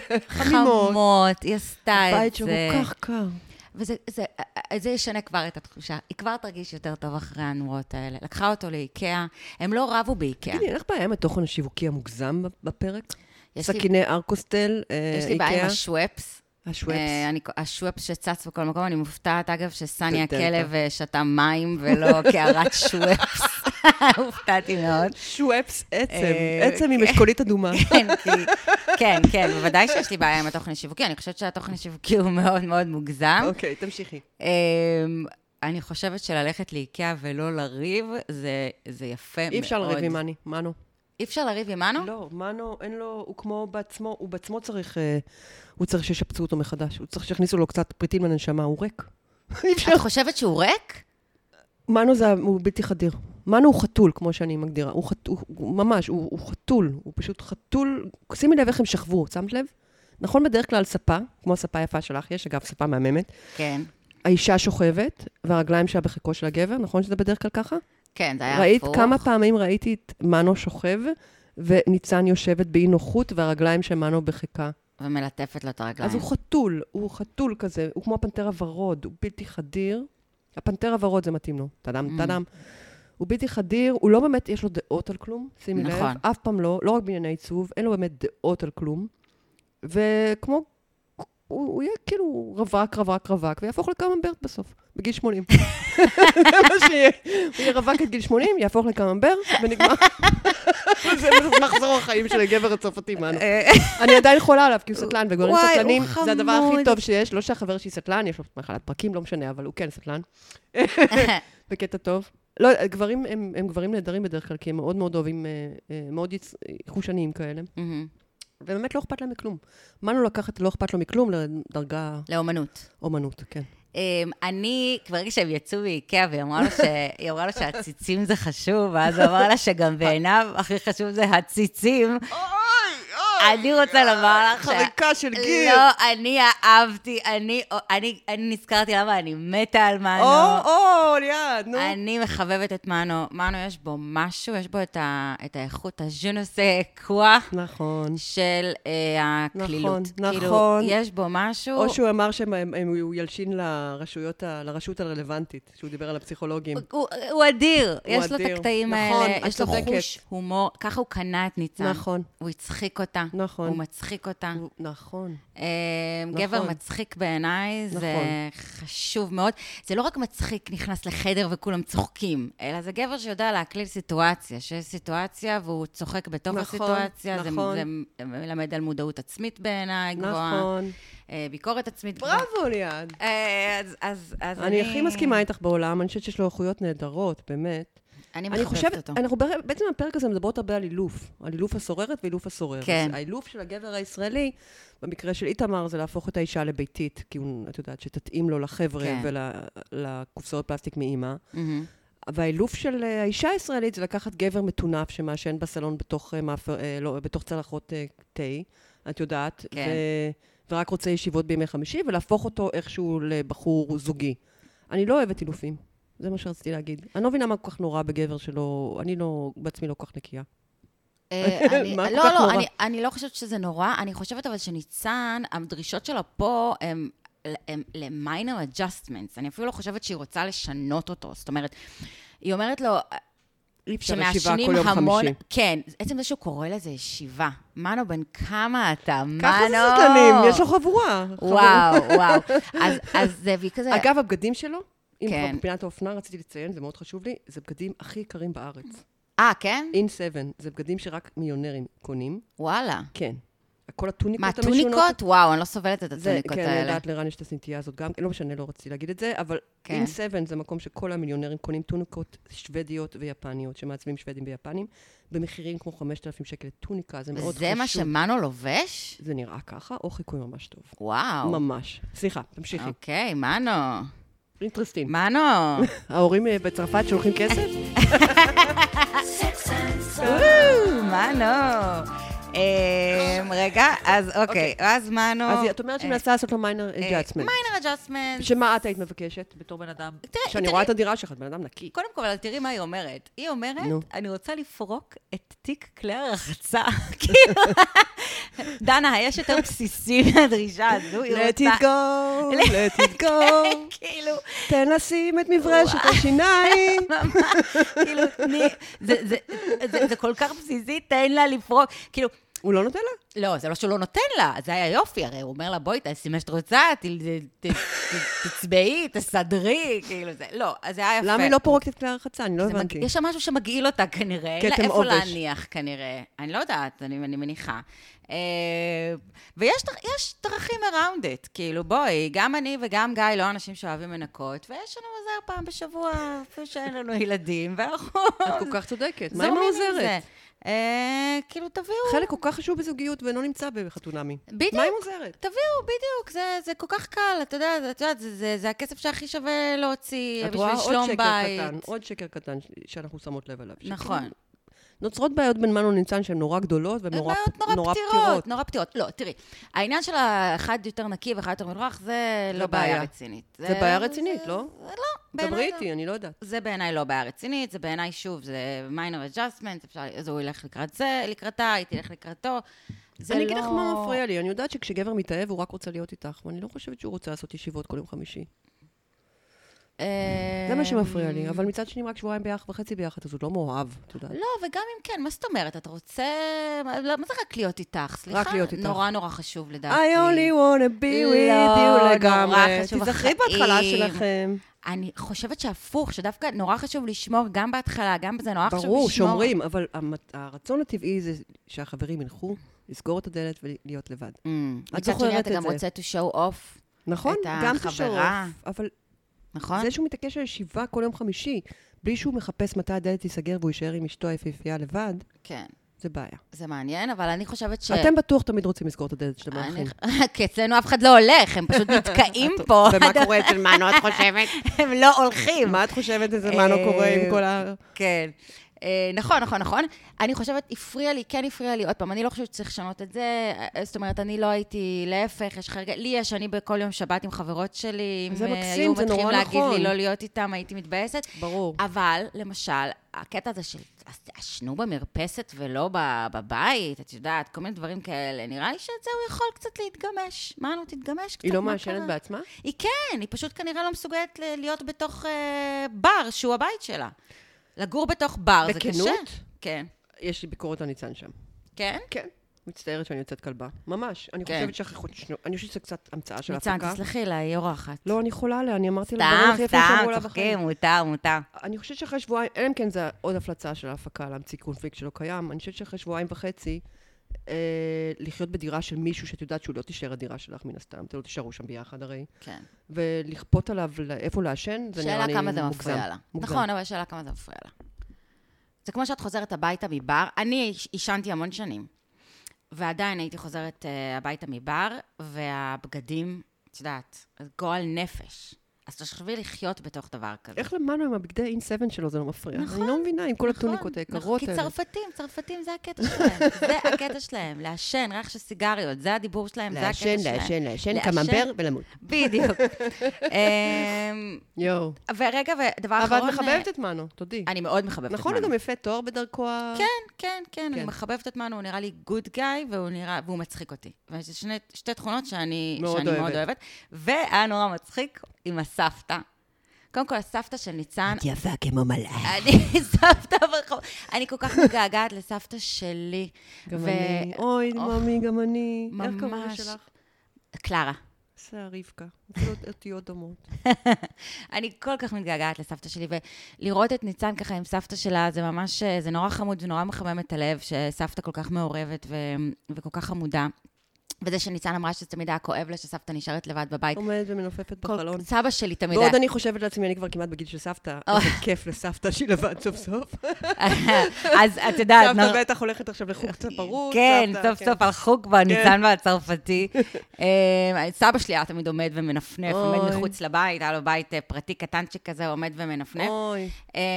חמות, היא עשתה את זה. בית שהוא כל כך קר. וזה זה, זה ישנה כבר את התחושה. היא כבר תרגיש יותר טוב אחרי הנורות האלה. לקחה אותו לאיקאה, הם לא רבו באיקאה. תגידי, איך בעיה עם התוכן השיווקי המוגזם בפרק? יש לי- סכיני ארקוסטל, יש לי בעיה עם איקאה, השוואפס. השוואפס. אה, אני- השוואפס שצץ בכל מקום, אני מופתעת, אגב, שסני דלתא. הכלב אה, שתה מים ולא קערת שוואפס. הופתעתי מאוד. שוואפס עצם, אה, עצם עם אשכולית אדומה. כן, כי- כן, כן, בוודאי שיש לי בעיה עם התוכן השיווקי. אני חושבת שהתוכן השיווקי הוא מאוד מאוד מוגזם. אוקיי, תמשיכי. אמ, אני חושבת שללכת לאיקאה ולא לריב, זה, זה יפה מאוד. אי אפשר לריב עם מני, מנו. אי אפשר לריב עם מנו? לא, מנו, אין לו, הוא כמו בעצמו, הוא בעצמו צריך, אה, הוא צריך שישפצו אותו מחדש. הוא צריך שיכניסו לו קצת פריטים לנשמה, הוא ריק. אי אפשר. את חושבת שהוא ריק? מנו זה, הוא בלתי חדיר. מנו הוא חתול, כמו שאני מגדירה. הוא, חת, הוא, הוא ממש, הוא, הוא חתול. הוא פשוט חתול. שימי לב איך הם שכבו, שמת לב? נכון בדרך כלל ספה, כמו הספה היפה שלך, יש אגב ספה מהממת. כן. האישה שוכבת, והרגליים שלה בחיקו של הגבר, נכון שזה בדרך כלל ככה? כן, זה היה ראית הפוך. כמה פעמים ראיתי את מנו שוכב, וניצן יושבת באי נוחות, והרגליים של מנו בחיקה. ומלטפת לו את הרגליים. אז הוא חתול, הוא חתול כזה, הוא כמו הפנתר הוורוד, הוא בלתי חדיר. הפנתר הוורוד זה מתאים לו, תדם, Mm. תדם. הוא בלתי חדיר, הוא לא באמת, יש לו דעות על כלום, שימי לב, נכון. אף פעם לא, לא רק בענייני עיצוב, אין לו באמת דעות על כלום. וכמו, הוא, הוא יהיה כאילו רווק, רווק, רווק, ויהפוך לקממברט בסוף, בגיל שמונים. זה מה שיהיה. הוא יהיה רווק את גיל שמונים, יהפוך לקממברט, ונגמר. זה מחזור החיים של הגבר הצרפתי, מנו. אני עדיין חולה עליו, כי הוא סטלן, וגברים וואי, הוא סטלנים, זה הדבר הכי חמוד. טוב שיש. לא שהחבר שלי סטלן, יש לו מחלת פרקים, לא משנה, אבל הוא כן סטלן. בקטע טוב. לא, גברים הם, הם גברים נהדרים בדרך כלל, כי הם מאוד מאוד אוהבים, אה, אה, מאוד יצ... חושניים כאלה. מהמם. ובאמת לא אכפת להם מכלום. מנו לקחת, לא אכפת לו מכלום, לדרגה לאומנות. אומנות, כן. אמ, אני, כבר כשהם יצאו מאיקאה, והיא אמרה לו ש- היא אמרה לו שהציצים זה חשוב, ואז הוא אמר לה שגם בעיניו הכי חשוב זה הציצים. אני רוצה לומר לך ש... חריקה של גיל. לא, אני אהבתי, אני, אני, אני נזכרתי למה אני מתה על מנו. או, או, ליד, נו. אני מחבבת את מנו. מנו יש בו משהו, יש בו את, ה, את האיכות, הז'ונוסה כוח נכון. של אה, הכלילות. נכון, כאילו, נכון. יש בו משהו... או שהוא אמר שהוא ילשין לרשויות, ה- לרשות הרלוונטית, שהוא דיבר על הפסיכולוגים. הוא, הוא אדיר, יש לו את אדיר. הקטעים נכון, האלה, את יש לו צודקת. חוש הומור, ככה הוא קנה את ניצן. נכון. הוא הצחיק אותה, נכון. הוא מצחיק אותה. הוא- נכון. אה, גבר נכון. מצחיק בעיניי, זה נכון. חשוב מאוד. זה לא רק מצחיק, נכנס לחדר וכולם צוחקים, אלא זה גבר שיודע להקליל סיטואציה, שיש סיטואציה והוא צוחק בתוך נכון, הסיטואציה, זה- נכון. זה מלמד על מודעות עצמית בעיניי גבוהה, נכון. אה, ביקורת עצמית גבוהה. בראבו, ליד. אה, אז- אז אז אני הכי מסכימה איתך בעולם, אני חושבת שיש לו איכויות נהדרות, באמת. אני אני מחבבת חושבת, אותו. אנחנו בר- בעצם בפרק הזה מדברות הרבה על אילוף, על אילוף הסוררת ואילוף הסורר. כן. אז האילוף של הגבר הישראלי, במקרה של איתמר, זה להפוך את האישה לביתית, כי הוא, את יודעת, שתתאים לו לחבר'ה כן. ולקופסאות פלסטיק מאימא. מהמם. והאילוף של האישה הישראלית זה לקחת גבר מטונף שמעשן בסלון בתוך, מאפר, לא, בתוך צלחות תה, את יודעת, כן. ו, ורק רוצה ישיבות בימי חמישי, ולהפוך אותו איכשהו לבחור זוגי. אני לא אוהבת אילופים, זה מה שרציתי להגיד. אני לא מבינה מה כל כך נורא בגבר שלו, אני לא, בעצמי לא כל כך נקייה. אני, לא, לא, אני, אני לא חושבת שזה נורא, אני חושבת אבל שניצן, הדרישות שלו פה הם, הם ל-minor adjustments, אני אפילו לא חושבת שהיא רוצה לשנות אותו, זאת אומרת, היא אומרת לו, שמעשנים המון, חמישי. כן, עצם זה שהוא קורא לזה ישיבה, מנו בן כמה אתה, מנו? ככה זה סטלנים, יש לו חבורה. וואו, וואו, אז, אז זה וי כזה. אגב, הבגדים שלו, אם כן. כבר בפינת האופנה רציתי לציין, זה מאוד חשוב לי, זה בגדים הכי יקרים בארץ. אה, כן? אין שבע, זה בגדים שרק מיליונרים קונים. וואלה. כן. כל הטוניקות המשונות. מה, טוניקות? וואו, אני לא סובלת את הטוניקות האלה. כן, אני יודעת לרן יש את הסנטייה הזאת גם, לא משנה, לא רציתי להגיד את זה, אבל אין שבע זה מקום שכל המיליונרים קונים טוניקות שוודיות ויפניות, שמעצבים שוודים ויפנים, במחירים כמו חמשת אלפים שקל טוניקה, זה מאוד חשוב. וזה מה שמנו לובש? זה נראה ככה, או חיקוי ממש טוב. וואו. ממש. סליחה, תמשיכי. אוקיי, מנו. אינטרסטין. מנו. ההורים בצרפת שולחים כסף? מנו. רגע, אז אוקיי, אז מנו... אז את אומרת שאני מנסה לעשות לו מיינר אג'אסמנט. מיינר אג'אסמנט. שמה את היית מבקשת בתור בן אדם? שאני רואה את הדירה שלך, את בן אדם נקי. קודם כל, תראי מה היא אומרת. היא אומרת, אני רוצה לפרוק את תיק כלי הרחצה. כאילו, דנה, יש יותר בסיסי מהדרישה הזו. Let it go, let it go. כאילו... תן לשים את מברשת השיניים. כאילו, זה כל כך בסיסי, תן לה לפרוק. כאילו... הוא לא נותן לה? לא, זה לא שהוא לא נותן לה, זה היה יופי, הרי הוא אומר לה, בואי, תעשי מה שאת רוצה, תצבעי, תסדרי, כאילו זה, לא, אז זה היה יפה. למה היא לא פורקת את כלי הרחצה? אני לא הבנתי. יש שם משהו שמגעיל אותה כנראה, אין לה איפה להניח כנראה, אני לא יודעת, אני מניחה. ויש דרכים around it, כאילו בואי, גם אני וגם גיא לא אנשים שאוהבים מנקות, ויש לנו עוזר פעם בשבוע, אפילו שאין לנו ילדים, ואנחנו... את כל כך צודקת, מה עם העוזרת? כאילו תביאו... חלק כל כך חשוב בזוגיות ולא נמצא בחתונמי. בדיוק. מה עם עוזרת? תביאו, בדיוק, זה כל כך קל, אתה יודע, זה הכסף שהכי שווה להוציא בשביל שלום בית. עוד שקר קטן שאנחנו שמות לב עליו. נכון. נוצרות בעיות בין מנו לניצן שהן נורא גדולות ונורא פתירות. נורא פתירות. לא, תראי, העניין של האחד יותר נקי ואחד יותר מדרוך, זה לא בעיה רצינית. זה בעיה רצינית, לא? לא, בעיניי לא. דברי איתי, אני לא יודעת. זה בעיניי לא בעיה רצינית, זה בעיניי שוב, זה minor adjustment, אז הוא ילך לקראת זה, לקראתה, היא תלך לקראתו. אני אגיד לך מה מפריע לי, אני יודעת שכשגבר מתאהב הוא רק רוצה להיות איתך, ואני לא חושבת שהוא רוצה לעשות ישיבות כל יום חמישי. זה מה שמפריע לי, אבל מצד שני רק שבועיים ביחד וחצי ביחד, אז הוא לא מאוהב, אתה יודע. לא, וגם אם כן, מה זאת אומרת? אתה רוצה... מה זה רק להיות איתך? סליחה? רק להיות איתך. נורא נורא חשוב לדעתי. I only want to be with you לגמרי. תזכרי בהתחלה שלכם. אני חושבת שהפוך, שדווקא נורא חשוב לשמור גם בהתחלה, גם בזה נורא חשוב לשמור. ברור, שומרים, אבל הרצון הטבעי זה שהחברים ילכו, לסגור את הדלת ולהיות לבד. את זוכרת את זה. אתה גם רוצה to show off נכון, גם to show off, אבל... נכון? זה שהוא מתעקש על ישיבה כל יום חמישי, בלי שהוא מחפש מתי הדלת תיסגר והוא יישאר עם אשתו היפהפייה לבד, כן. זה בעיה. זה מעניין, אבל אני חושבת ש... אתם בטוח תמיד רוצים לסגור את הדלת שאתם הולכים. כי אצלנו אף אחד לא הולך, הם פשוט נתקעים פה. ומה קורה אצל מנו, את חושבת? הם לא הולכים. מה את חושבת אצל מנו קורה עם כל ה... כן. נכון, נכון, נכון. אני חושבת, הפריע לי, כן הפריע לי, עוד פעם, אני לא חושבת שצריך לשנות את זה, זאת אומרת, אני לא הייתי, להפך, יש חרגע, לי יש, אני בכל יום שבת עם חברות שלי, זה מקסים, זה נורא נכון. היו מתחילים להגיד לי לא להיות איתם, הייתי מתבאסת. ברור. אבל, למשל, הקטע הזה של, עשנו במרפסת ולא בבית, את יודעת, כל מיני דברים כאלה, נראה לי שאת זה הוא יכול קצת להתגמש. מה נו, תתגמש קצת? היא לא מעשנת בעצמה? היא כן, היא פשוט כנראה לא מסוגלת להיות בתוך בר שהוא הבית שלה. לגור בתוך בר, זה קשה. בכנות? כן. יש לי ביקורת על ניצן שם. כן? כן. מצטערת שאני יוצאת כלבה. ממש. אני חושבת שאחרי חודש... אני חושבת שזה קצת המצאה של הפקה. ניצן, תסלחי לה, היא אורחת. לא, אני יכולה לה, אני אמרתי לה, סתם, סתם, צוחקים, מותר, מותר. אני חושבת שאחרי שבועיים, אלא אם כן זה עוד הפלצה של ההפקה, להמציא קונפליקט שלא קיים, אני חושבת שאחרי שבועיים וחצי, לחיות בדירה של מישהו שאת יודעת שהוא לא תישאר הדירה שלך מן הסתם, אתם לא תישארו שם ביחד הרי. כן. ולכפות עליו איפה לעשן, זה נראה לי מוגזם. שאלה כמה זה מפריע לה. נכון, אבל שאלה כמה זה מפריע לה. זה כמו שאת חוזרת הביתה מבר, אני עישנתי המון שנים, ועדיין הייתי חוזרת הביתה מבר, והבגדים, את יודעת, גועל נפש. אז תחשבי לחיות בתוך דבר כזה. איך למדנו עם הבגדי אין סבן שלו, זה לא מפריע. נכון. אני לא מבינה, עם כל נכון, הטוניקות היקרות נכון, האלה. כי צרפתים, צרפתים זה הקטע שלהם. זה הקטע שלהם. לעשן, ריח של סיגריות, זה הדיבור שלהם, זה הקטע שלהם. לעשן, לעשן, לעשן, קממבר ולמות. בדיוק. אמ, יואו. ורגע, ודבר אבל אחרון... את מחבבת את מנו, תודי. אני מאוד מחבבת את נכון, מנו. הוא גם יפה תואר בדרכו ה... כן, כן, כן, אני כן. מחבבת את מנו, הוא נראה לי גוד גאי, והוא נראה, והוא מצחיק אותי. ויש שני, שתי תכונות שאני מאוד שאני אוהבת. מאוד אוהבת. והיה נורא מצחיק עם הסבתא. קודם כל, הסבתא של ניצן, את יפה כמו מלאך. אני סבתא ברחוב, אני כל כך מתגעגעת לסבתא שלי. גם ו- אני. אוי, ממי, גם אני. איך קראו ממש. שלך? קלרה. זה רבקה. אפילו אותיות דומות. אני כל כך מתגעגעת לסבתא שלי, ולראות את ניצן ככה עם סבתא שלה, זה ממש, זה נורא חמוד ונורא מחמם את הלב, שסבתא כל כך מעורבת ו- וכל כך חמודה. וזה שניצן אמרה שזה תמיד היה כואב לה, שסבתא נשארת לבד בבית. עומדת ומנופפת בחלון. סבא שלי תמיד היה... ועוד אני חושבת לעצמי, אני כבר כמעט בגיל של סבתא. איזה כיף לסבתא שהיא לבד סוף סוף. אז את יודעת... סבתא בטח הולכת עכשיו לחוג קצת פרוץ. כן, סוף סוף על חוג בניצן והצרפתי. סבא שלי היה תמיד עומד ומנפנף, עומד מחוץ לבית, היה לו בית פרטי קטנצ'יק כזה, עומד ומנפנף. אוי.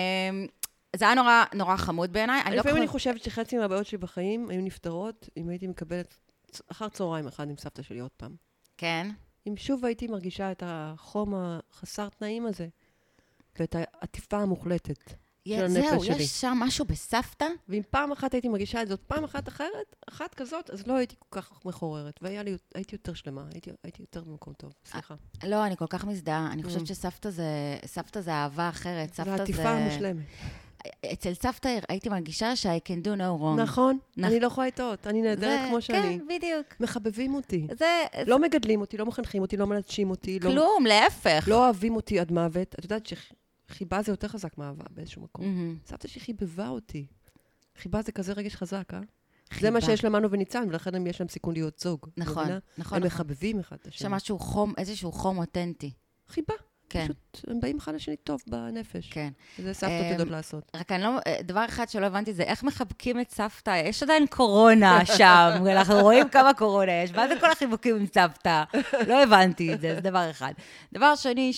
זה היה נורא, נורא חמוד בעיניי. לפעמים אני חושבת שחצי מהבעיות שלי בחיים היו נפתרות, אם הייתי מקבלת אחר צהריים אחד עם סבתא שלי עוד פעם. כן. אם שוב הייתי מרגישה את החום החסר תנאים הזה, ואת העטיפה המוחלטת של הנפש זהו, שלי. יש שם משהו בסבתא? ואם פעם אחת הייתי מרגישה את זאת, פעם אחת אחרת, אחת כזאת, אז לא הייתי כל כך מחוררת, והייתי יותר שלמה, הייתי, הייתי יותר במקום טוב, סליחה. לא, אני כל כך מזדהה. אני חושבת שסבתא זה, סבתא זה אהבה אחרת. סבתא זה... והעטיפה המושלמת. אצל סבתא הייתי מרגישה ש-I can do no wrong. נכון, אני לא יכולה לטעות, אני נהדרת כמו שאני. כן, בדיוק. מחבבים אותי. זה... לא מגדלים אותי, לא מחנכים אותי, לא מלטשים אותי. כלום, להפך. לא אוהבים אותי עד מוות. את יודעת שחיבה זה יותר חזק מאהבה באיזשהו מקום. סבתא שחיבבה אותי. חיבה זה כזה רגש חזק, אה? זה מה שיש למנו וניצן, ולכן יש להם סיכון להיות זוג. נכון, נכון. הם מחבבים אחד את השני. שמשהו חום, איזשהו חום אותנטי. חיבה. כן. פשוט, הם באים אחד לשני טוב בנפש. כן. וזה סבתות יודעות לעשות. רק אני לא, דבר אחד שלא הבנתי זה איך מחבקים את סבתא. יש עדיין קורונה שם, אנחנו רואים כמה קורונה יש. מה זה כל החיבוקים עם סבתא? לא הבנתי את זה, זה דבר אחד. דבר שני,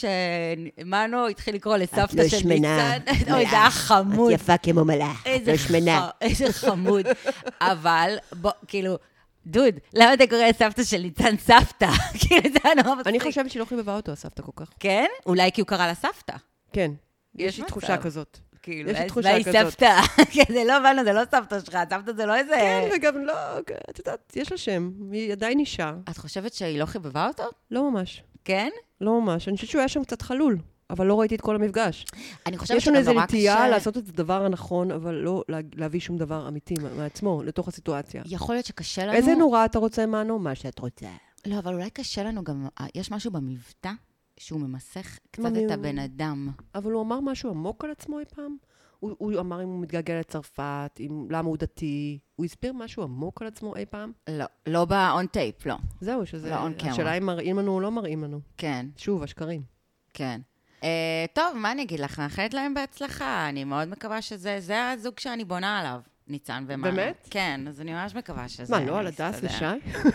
שמנו התחיל לקרוא לסבתא של ניצן. אוי, זה היה חמוד. את יפה כמו מלאך, את לא שמנה. איזה חמוד. אבל, בוא, כאילו... דוד, למה אתה קורא לסבתא של ניצן סבתא? כאילו זה היה נורא מצחיק. אני חושבת שהיא לא חיבבה אותו, הסבתא כל כך. כן? אולי כי הוא קרא לה סבתא. כן. יש לי תחושה כזאת. כאילו, יש לי תחושה כזאת. סבתא. זה לא הבנו, זה לא סבתא שלך, סבתא זה לא איזה... כן, וגם לא, את יודעת, יש לה שם. היא עדיין אישה. את חושבת שהיא לא חיבבה אותו? לא ממש. כן? לא ממש. אני חושבת שהוא היה שם קצת חלול. אבל לא ראיתי את כל המפגש. אני חושבת יש לנו שגם איזו נורא נטייה קשה... לעשות את הדבר הנכון, אבל לא להביא שום דבר אמיתי מעצמו, לתוך הסיטואציה. יכול להיות שקשה לנו... איזה נורא אתה רוצה, מנו? מה שאת רוצה. לא, אבל אולי קשה לנו גם... יש משהו במבטא שהוא ממסך קצת את הבן אדם. אבל הוא אמר משהו עמוק על עצמו אי פעם? הוא, הוא אמר אם הוא מתגעגע לצרפת, אם, למה הוא דתי. הוא הסביר משהו עמוק על עצמו אי פעם? לא, לא ב-on tape, לא. זהו, שזה... לא on camera. השאלה אם מראים לנו או לא מראים לנו. כן. שוב, השקרים. כן. Uh, טוב, מה אני אגיד לך? מאחלת להם בהצלחה. אני מאוד מקווה שזה, זה הזוג שאני בונה עליו, ניצן ומנו. באמת? כן, אז אני ממש מקווה שזה... מה, לא על הדס ושי?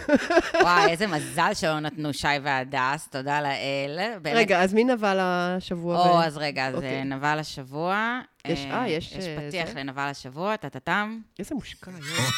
וואי, איזה מזל שלא נתנו שי והדס, תודה לאל. באמת... רגע, אז מי נבל השבוע? או, ו... אז רגע, אז אוקיי. נבל השבוע. יש, אה, יש... יש אה, פתיח זה? לנבל השבוע, טטטם. איזה מושקע, יואו.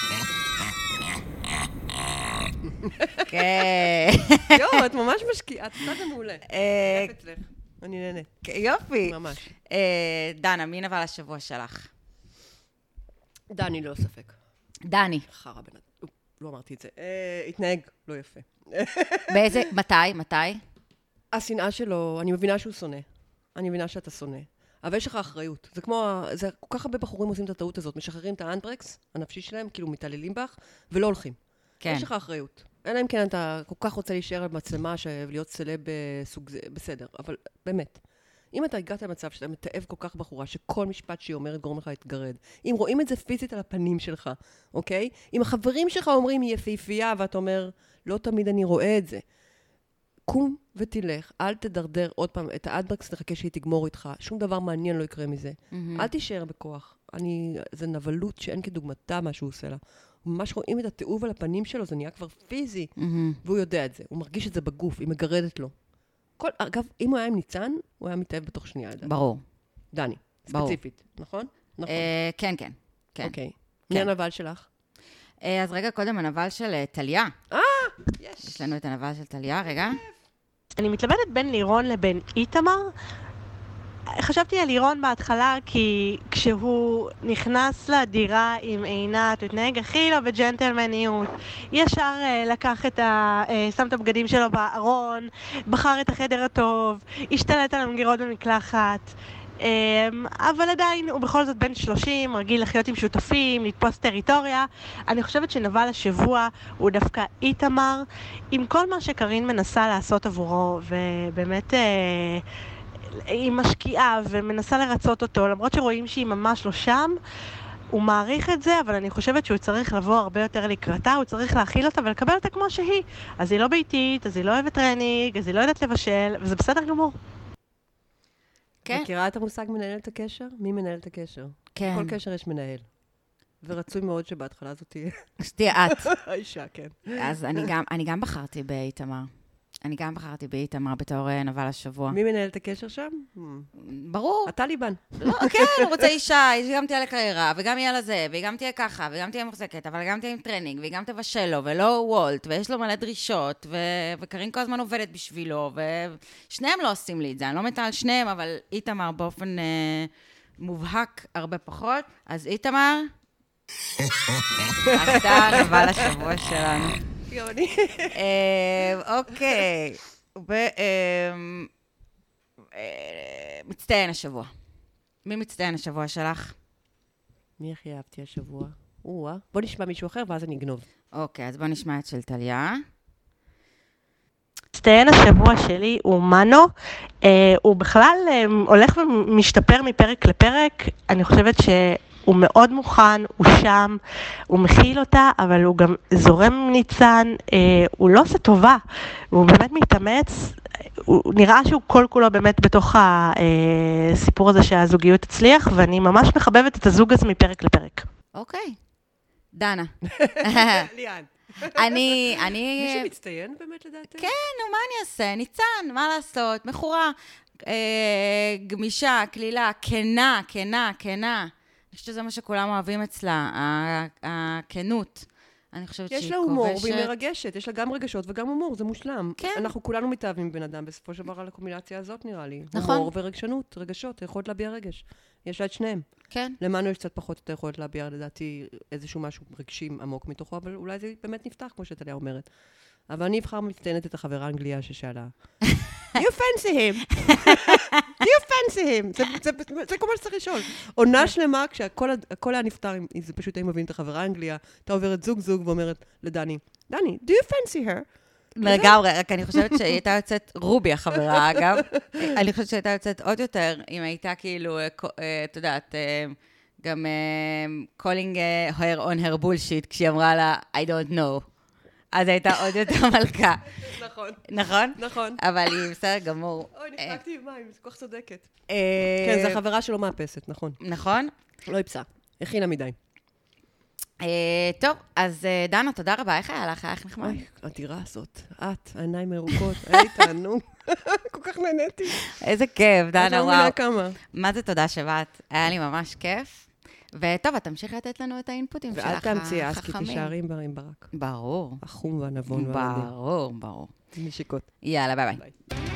כן. יואו, את ממש משקיעה, את עושה זה מעולה. אה, כיף אצלך. אני נהנית. יופי. ממש. אה, דנה, מי נבל השבוע שלך? דני, לא ספק. דני. חרא בן אדם. לא אמרתי את זה. אה, התנהג לא יפה. באיזה, מתי, מתי? השנאה שלו, אני מבינה שהוא שונא. אני מבינה שאתה שונא. אבל יש לך אחריות. זה כמו, זה כל כך הרבה בחורים עושים את הטעות הזאת. משחררים את האנדברקס הנפשי שלהם, כאילו מתעללים בך, ולא הולכים. כן. יש לך אחריות. אלא אם כן אתה כל כך רוצה להישאר על מצלמה, ולהיות סלב בסוג זה, בסדר. אבל באמת, אם אתה הגעת למצב שאתה מתאהב כל כך בחורה, שכל משפט שהיא אומרת גורם לך להתגרד, אם רואים את זה פיזית על הפנים שלך, אוקיי? אם החברים שלך אומרים היא יפהפייה, ואתה אומר, לא תמיד אני רואה את זה. קום ותלך, אל תדרדר עוד פעם את האדברקס, תחכה שהיא תגמור איתך, שום דבר מעניין לא יקרה מזה. Mm-hmm. אל תישאר בכוח. אני, זה נבלות שאין כדוגמתה מה שהוא עושה לה. ממש רואים את התיעוב על הפנים שלו, זה נהיה כבר פיזי, mm-hmm. והוא יודע את זה. הוא מרגיש את זה בגוף, היא מגרדת לו. כל, אגב, אם הוא היה עם ניצן, הוא היה מתאהב בתוך שנייה. ברור. דני, ספציפית, נכון? נכון. כן, כן. אוקיי. מי הנבל שלך? אז רגע, קודם הנבל של טליה. אה, יש. יש לנו את הנבל של טליה, רגע. אני מתלבטת בין לירון לבין איתמר. חשבתי על לירון בהתחלה, כי כשהוא נכנס לדירה עם עינת, הוא התנהג הכי לא בג'נטלמניות. ישר לקח את ה... שם את הבגדים שלו בארון, בחר את החדר הטוב, השתלט על המגירות במקלחת. אבל עדיין הוא בכל זאת בן שלושים, רגיל לחיות עם שותפים, לתפוס טריטוריה. אני חושבת שנבל השבוע הוא דווקא איתמר, עם כל מה שקרין מנסה לעשות עבורו, ובאמת היא משקיעה ומנסה לרצות אותו, למרות שרואים שהיא ממש לא שם. הוא מעריך את זה, אבל אני חושבת שהוא צריך לבוא הרבה יותר לקראתה, הוא צריך להכיל אותה ולקבל אותה כמו שהיא. אז היא לא ביתית, אז היא לא אוהבת טרנינג, אז היא לא יודעת לבשל, וזה בסדר גמור. כן. מכירה את המושג מנהל את הקשר? מי מנהל את הקשר? כן. בכל קשר יש מנהל. ורצוי מאוד שבהתחלה זאת תהיה. שתהיה את. האישה, כן. אז אני גם, אני גם בחרתי באיתמר. אני גם בחרתי באיתמר בתור נבל השבוע. מי מנהל את הקשר שם? ברור. הטליבן. לא, כן, הוא רוצה אישה, היא גם תהיה לקריירה, וגם יהיה לזה, והיא גם תהיה ככה, וגם תהיה מוחזקת, אבל גם תהיה עם טרנינג, והיא גם תבשל לו, ולא וולט, ויש לו מלא דרישות, וקרין כל הזמן עובדת בשבילו, ושניהם לא עושים לי את זה, אני לא מתה על שניהם, אבל איתמר באופן מובהק הרבה פחות, אז איתמר, אתה נבל השבוע שלנו. גם אני. אוקיי. מצטיין השבוע. מי מצטיין השבוע שלך? מי הכי אהבתי השבוע? או-אה. בוא נשמע מישהו אחר ואז אני אגנוב. אוקיי, אז בוא נשמע את של טליה. מצטיין השבוע שלי הוא מנו. הוא בכלל הולך ומשתפר מפרק לפרק. אני חושבת ש... הוא מאוד מוכן, הוא שם, הוא מכיל אותה, אבל הוא גם זורם עם ניצן, אה, הוא לא עושה טובה, הוא באמת מתאמץ, הוא נראה שהוא כל כולו באמת בתוך הסיפור הזה שהזוגיות הצליח, ואני ממש מחבבת את הזוג הזה מפרק לפרק. אוקיי, דנה. ליאן. אני, אני... מישהו מצטיין באמת לדעתי? כן, נו, מה אני אעשה? ניצן, מה לעשות? מכורה, אה, גמישה, כלילה, כנה, כנה, כנה. אני חושבת שזה מה שכולם אוהבים אצלה, הכנות. אני חושבת שהיא כובשת. יש לה הומור והיא מרגשת, יש לה גם רגשות וגם הומור, זה מושלם. כן. אנחנו כולנו מתאהבים בבן אדם, בסופו של דבר על הקומבינציה הזאת נראה לי. נכון. הומור ורגשנות, רגשות, יכולת להביע רגש. יש לה את שניהם. כן. למנו יש קצת פחות את היכולת להביע, לדעתי, איזשהו משהו רגשים עמוק מתוכו, אבל אולי זה באמת נפתח, כמו שטליה אומרת. אבל אני אבחר מצטיינת את החברה האנגליה ששאלה. Do you fancy him? Do you fancy him? זה, זה, זה כל מה שצריך לשאול. עונה שלמה, כשהכל היה נפתר, זה פשוט היו מבין את החברה האנגליה, אתה עוברת זוג זוג ואומרת לדני, דני, do you fancy her? לגמרי, רק אני חושבת שהיא הייתה יוצאת רובי החברה, אגב. אני חושבת שהייתה יוצאת עוד יותר, אם הייתה כאילו, את יודעת, גם calling her on her bullshit, כשהיא אמרה לה, I don't know. אז הייתה עוד יותר מלכה. נכון. נכון? נכון. אבל היא בסדר גמור. אוי, נפלקתי עם מים, זה כל כך צודקת. כן, זו החברה שלא מאפסת, נכון. נכון? לא איפסה. הכינה מדי. טוב, אז דנה, תודה רבה. איך היה לך? איך נחמד? אוי, הדירה הזאת. את, העיניים מרוקות. היית, נו. כל כך נהניתי. איזה כיף, דנה, וואו. כמה. מה זה תודה שבאת? היה לי ממש כיף. וטוב, את תמשיך לתת לנו את האינפוטים שלך החכמים. ואל תמציא, אז כי תישארים עם ברק. ברור. החום והנבון. ברור, ברור. נשיקות. יאללה, ביי ביי. ביי.